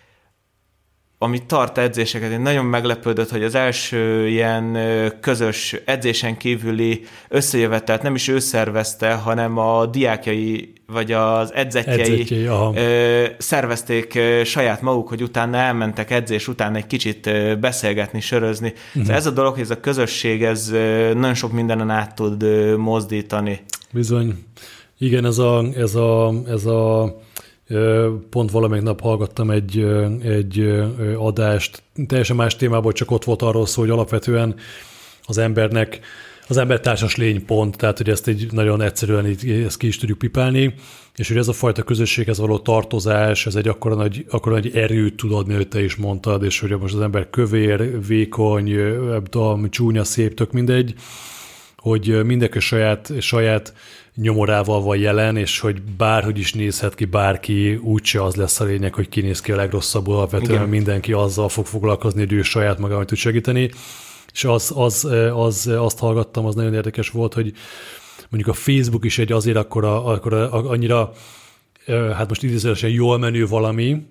ami tart edzéseket, én nagyon meglepődött, hogy az első ilyen közös edzésen kívüli összejövetelt nem is ő szervezte, hanem a diákjai vagy az edzetjei, edzetjei szervezték saját maguk, hogy utána elmentek edzés után egy kicsit beszélgetni, sörözni. Uh-huh. Ez a dolog, hogy ez a közösség, ez nagyon sok mindenen át tud mozdítani. Bizony. Igen, ez a, ez a, ez a pont valamelyik nap hallgattam egy, egy adást, teljesen más témából, csak ott volt arról szó, hogy alapvetően az embernek, az ember társas lény pont, tehát hogy ezt egy nagyon egyszerűen így, ezt ki is tudjuk pipálni, és hogy ez a fajta közösséghez való tartozás, ez egy akkora nagy, akkora nagy erőt tud adni, hogy te is mondtad, és hogy most az ember kövér, vékony, tudom, csúnya, szép, tök mindegy, hogy mindenki saját, saját nyomorával van jelen, és hogy bárhogy is nézhet ki bárki, úgyse az lesz a lényeg, hogy kinéz ki a legrosszabbul, alapvetően mindenki azzal fog foglalkozni, hogy ő saját magával tud segíteni. És az, az, az, azt hallgattam, az nagyon érdekes volt, hogy mondjuk a Facebook is egy azért akkora, akkora annyira, hát most idézősen jól menő valami,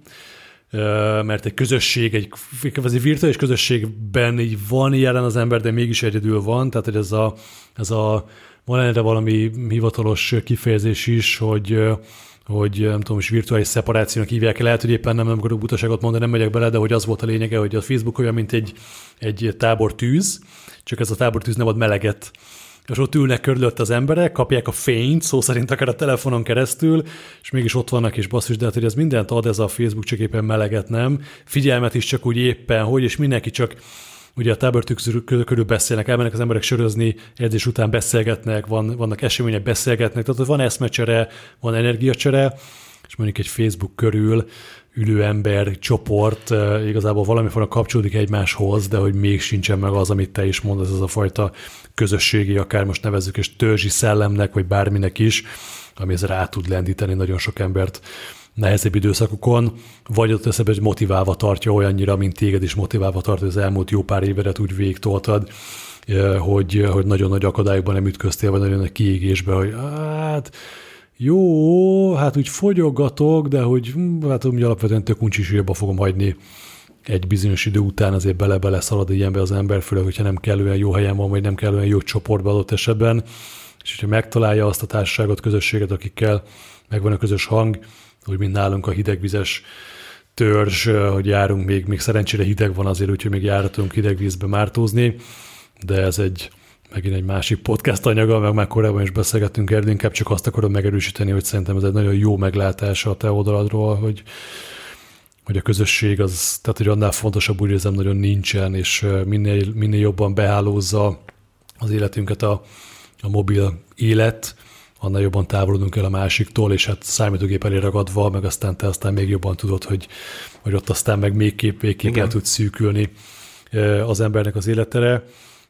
mert egy közösség, egy, egy virtuális közösségben így van jelen az ember, de mégis egyedül van, tehát hogy ez a, ez a van erre valami hivatalos kifejezés is, hogy, hogy nem tudom, és virtuális szeparációnak hívják, lehet, hogy éppen nem, nem akarok butaságot mondani, nem megyek bele, de hogy az volt a lényege, hogy a Facebook olyan, mint egy, egy tábortűz, csak ez a tábortűz nem ad meleget. És ott ülnek körülött az emberek, kapják a fényt, szó szerint akár a telefonon keresztül, és mégis ott vannak, és basszus, de hát, hogy ez mindent ad, ez a Facebook, csak éppen meleget nem. Figyelmet is csak úgy éppen, hogy, és mindenki csak ugye a tábortűz körül beszélnek, elmennek az emberek sörözni, edzés után beszélgetnek, van, vannak események, beszélgetnek, tehát van eszmecsere, van energiacsere, és mondjuk egy Facebook körül ülő ember, csoport igazából valamiféle kapcsolódik egymáshoz, de hogy még sincsen meg az, amit te is mondasz, ez a fajta közösségi, akár most nevezzük, és törzsi szellemnek, vagy bárminek is, ami ez rá tud lendíteni nagyon sok embert nehezebb időszakokon, vagy ott eszebe, hogy motiválva tartja olyannyira, mint téged is motiválva tart, hogy az elmúlt jó pár évedet úgy végigtoltad, hogy, hogy nagyon nagy akadályokban nem ütköztél, vagy nagyon nagy kiégésbe, hogy hát jó, hát úgy fogyogatok, de hogy hát úgy alapvetően tök uncsisírba fogom hagyni egy bizonyos idő után, azért bele-bele szalad ilyenbe az ember, főleg, hogyha nem kellően jó helyen van, vagy nem kellően jó csoportba adott esetben, és hogyha megtalálja azt a társaságot, közösséget, akikkel megvan a közös hang, hogy mint nálunk a hidegvizes törzs, hogy járunk, még, még szerencsére hideg van azért, úgyhogy még járhatunk hidegvízbe mártózni, de ez egy megint egy másik podcast anyaga, meg már korábban is beszélgettünk erről, inkább csak azt akarom megerősíteni, hogy szerintem ez egy nagyon jó meglátása a te oldaladról, hogy, hogy a közösség az, tehát hogy annál fontosabb úgy érzem nagyon nincsen, és minél, minél jobban behálózza az életünket a, a mobil élet, annál jobban távolodunk el a másiktól, és hát számítógép elé ragadva, meg aztán te aztán még jobban tudod, hogy, hogy ott aztán meg még kép, végképp el tudsz szűkülni az embernek az életére.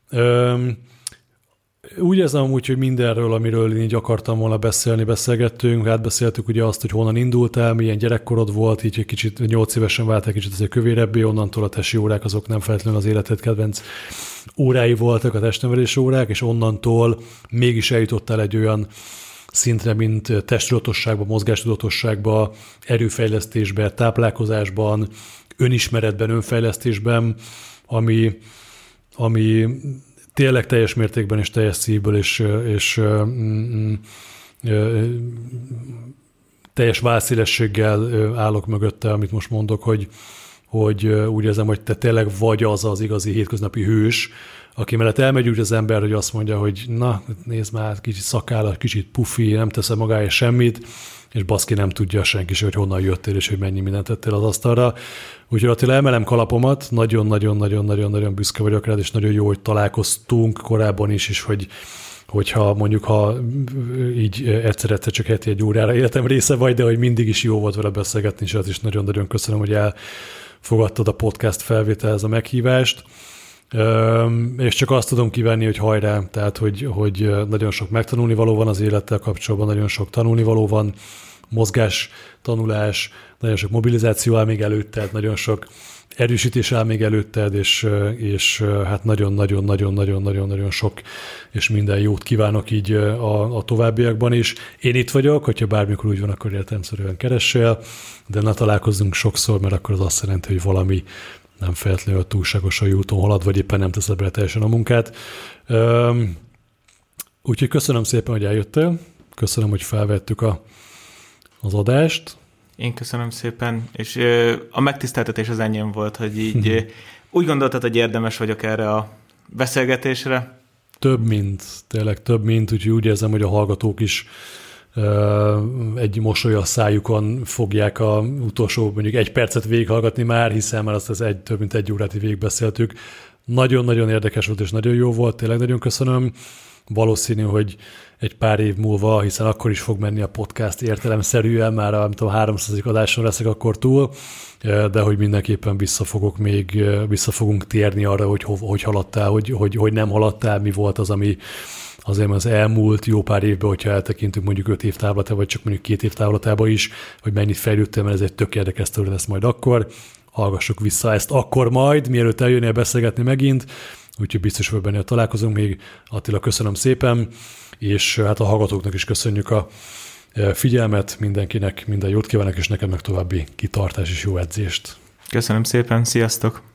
Úgy érzem amúgy, hogy mindenről, amiről én így akartam volna beszélni, beszélgettünk, átbeszéltük ugye azt, hogy honnan indultál, milyen gyerekkorod volt, így egy kicsit nyolc évesen váltál kicsit azért kövérebbé, onnantól a tesi órák azok nem feltétlenül az életed kedvenc órái voltak, a testnevelés órák, és onnantól mégis eljutottál egy olyan szintre, mint testtudatosságban, mozgástudatosságban, erőfejlesztésben, táplálkozásban, önismeretben, önfejlesztésben, ami, ami tényleg teljes mértékben és teljes szívből és, és mm, mm, teljes válszélességgel állok mögötte, amit most mondok, hogy, hogy úgy érzem, hogy te tényleg vagy az az igazi hétköznapi hős, aki mellett elmegy úgy az ember, hogy azt mondja, hogy na, nézd már, kicsit szakállat, kicsit pufi, nem teszem magáért semmit, és baszki nem tudja senki se, hogy honnan jöttél, és hogy mennyi mindent tettél az asztalra. Úgyhogy Attila, emelem kalapomat, nagyon-nagyon-nagyon-nagyon-nagyon büszke vagyok rád, és nagyon jó, hogy találkoztunk korábban is, és hogy hogyha mondjuk, ha így egyszer-egyszer csak heti egy órára életem része vagy, de hogy mindig is jó volt vele beszélgetni, és az is nagyon-nagyon köszönöm, hogy elfogadtad a podcast felvételhez a meghívást. És csak azt tudom kívánni, hogy hajrá, tehát hogy, hogy nagyon sok megtanulni való van az élettel kapcsolatban, nagyon sok tanulni való van mozgás, tanulás, nagyon sok mobilizáció áll még előtted, nagyon sok erősítés áll még előtted, és, és hát nagyon-nagyon-nagyon-nagyon-nagyon-nagyon sok és minden jót kívánok így a, a továbbiakban is. Én itt vagyok, hogyha bármikor úgy van, akkor értelemszerűen keressél, de ne találkozzunk sokszor, mert akkor az azt jelenti, hogy valami nem feltétlenül túlságosan jó úton halad, vagy éppen nem teszed bele teljesen a munkát. Úgyhogy köszönöm szépen, hogy eljöttél. Köszönöm, hogy felvettük a, az adást. Én köszönöm szépen, és a megtiszteltetés az enyém volt, hogy így úgy gondoltad, hogy érdemes vagyok erre a beszélgetésre. Több mint, tényleg több mint, úgyhogy úgy érzem, hogy a hallgatók is egy mosoly a szájukon fogják a utolsó mondjuk egy percet végighallgatni már, hiszen már azt az egy, több mint egy órát végigbeszéltük. Nagyon-nagyon érdekes volt, és nagyon jó volt, tényleg nagyon köszönöm. Valószínű, hogy egy pár év múlva, hiszen akkor is fog menni a podcast értelemszerűen, már a háromszázadik adáson leszek akkor túl, de hogy mindenképpen vissza fogok még, vissza fogunk térni arra, hogy hogy haladtál, hogy, hogy, hogy nem haladtál, mi volt az, ami azért az elmúlt jó pár évben, hogyha eltekintünk mondjuk öt év távlatában, vagy csak mondjuk két év távlatában is, hogy mennyit fejlődtél, mert ez egy tök érdekes történet lesz majd akkor. Hallgassuk vissza ezt akkor majd, mielőtt eljönnél beszélgetni megint, úgyhogy biztos vagyok benne, hogy találkozunk még. Attila, köszönöm szépen, és hát a hallgatóknak is köszönjük a figyelmet, mindenkinek minden jót kívánok, és neked meg további kitartás és jó edzést. Köszönöm szépen, sziasztok!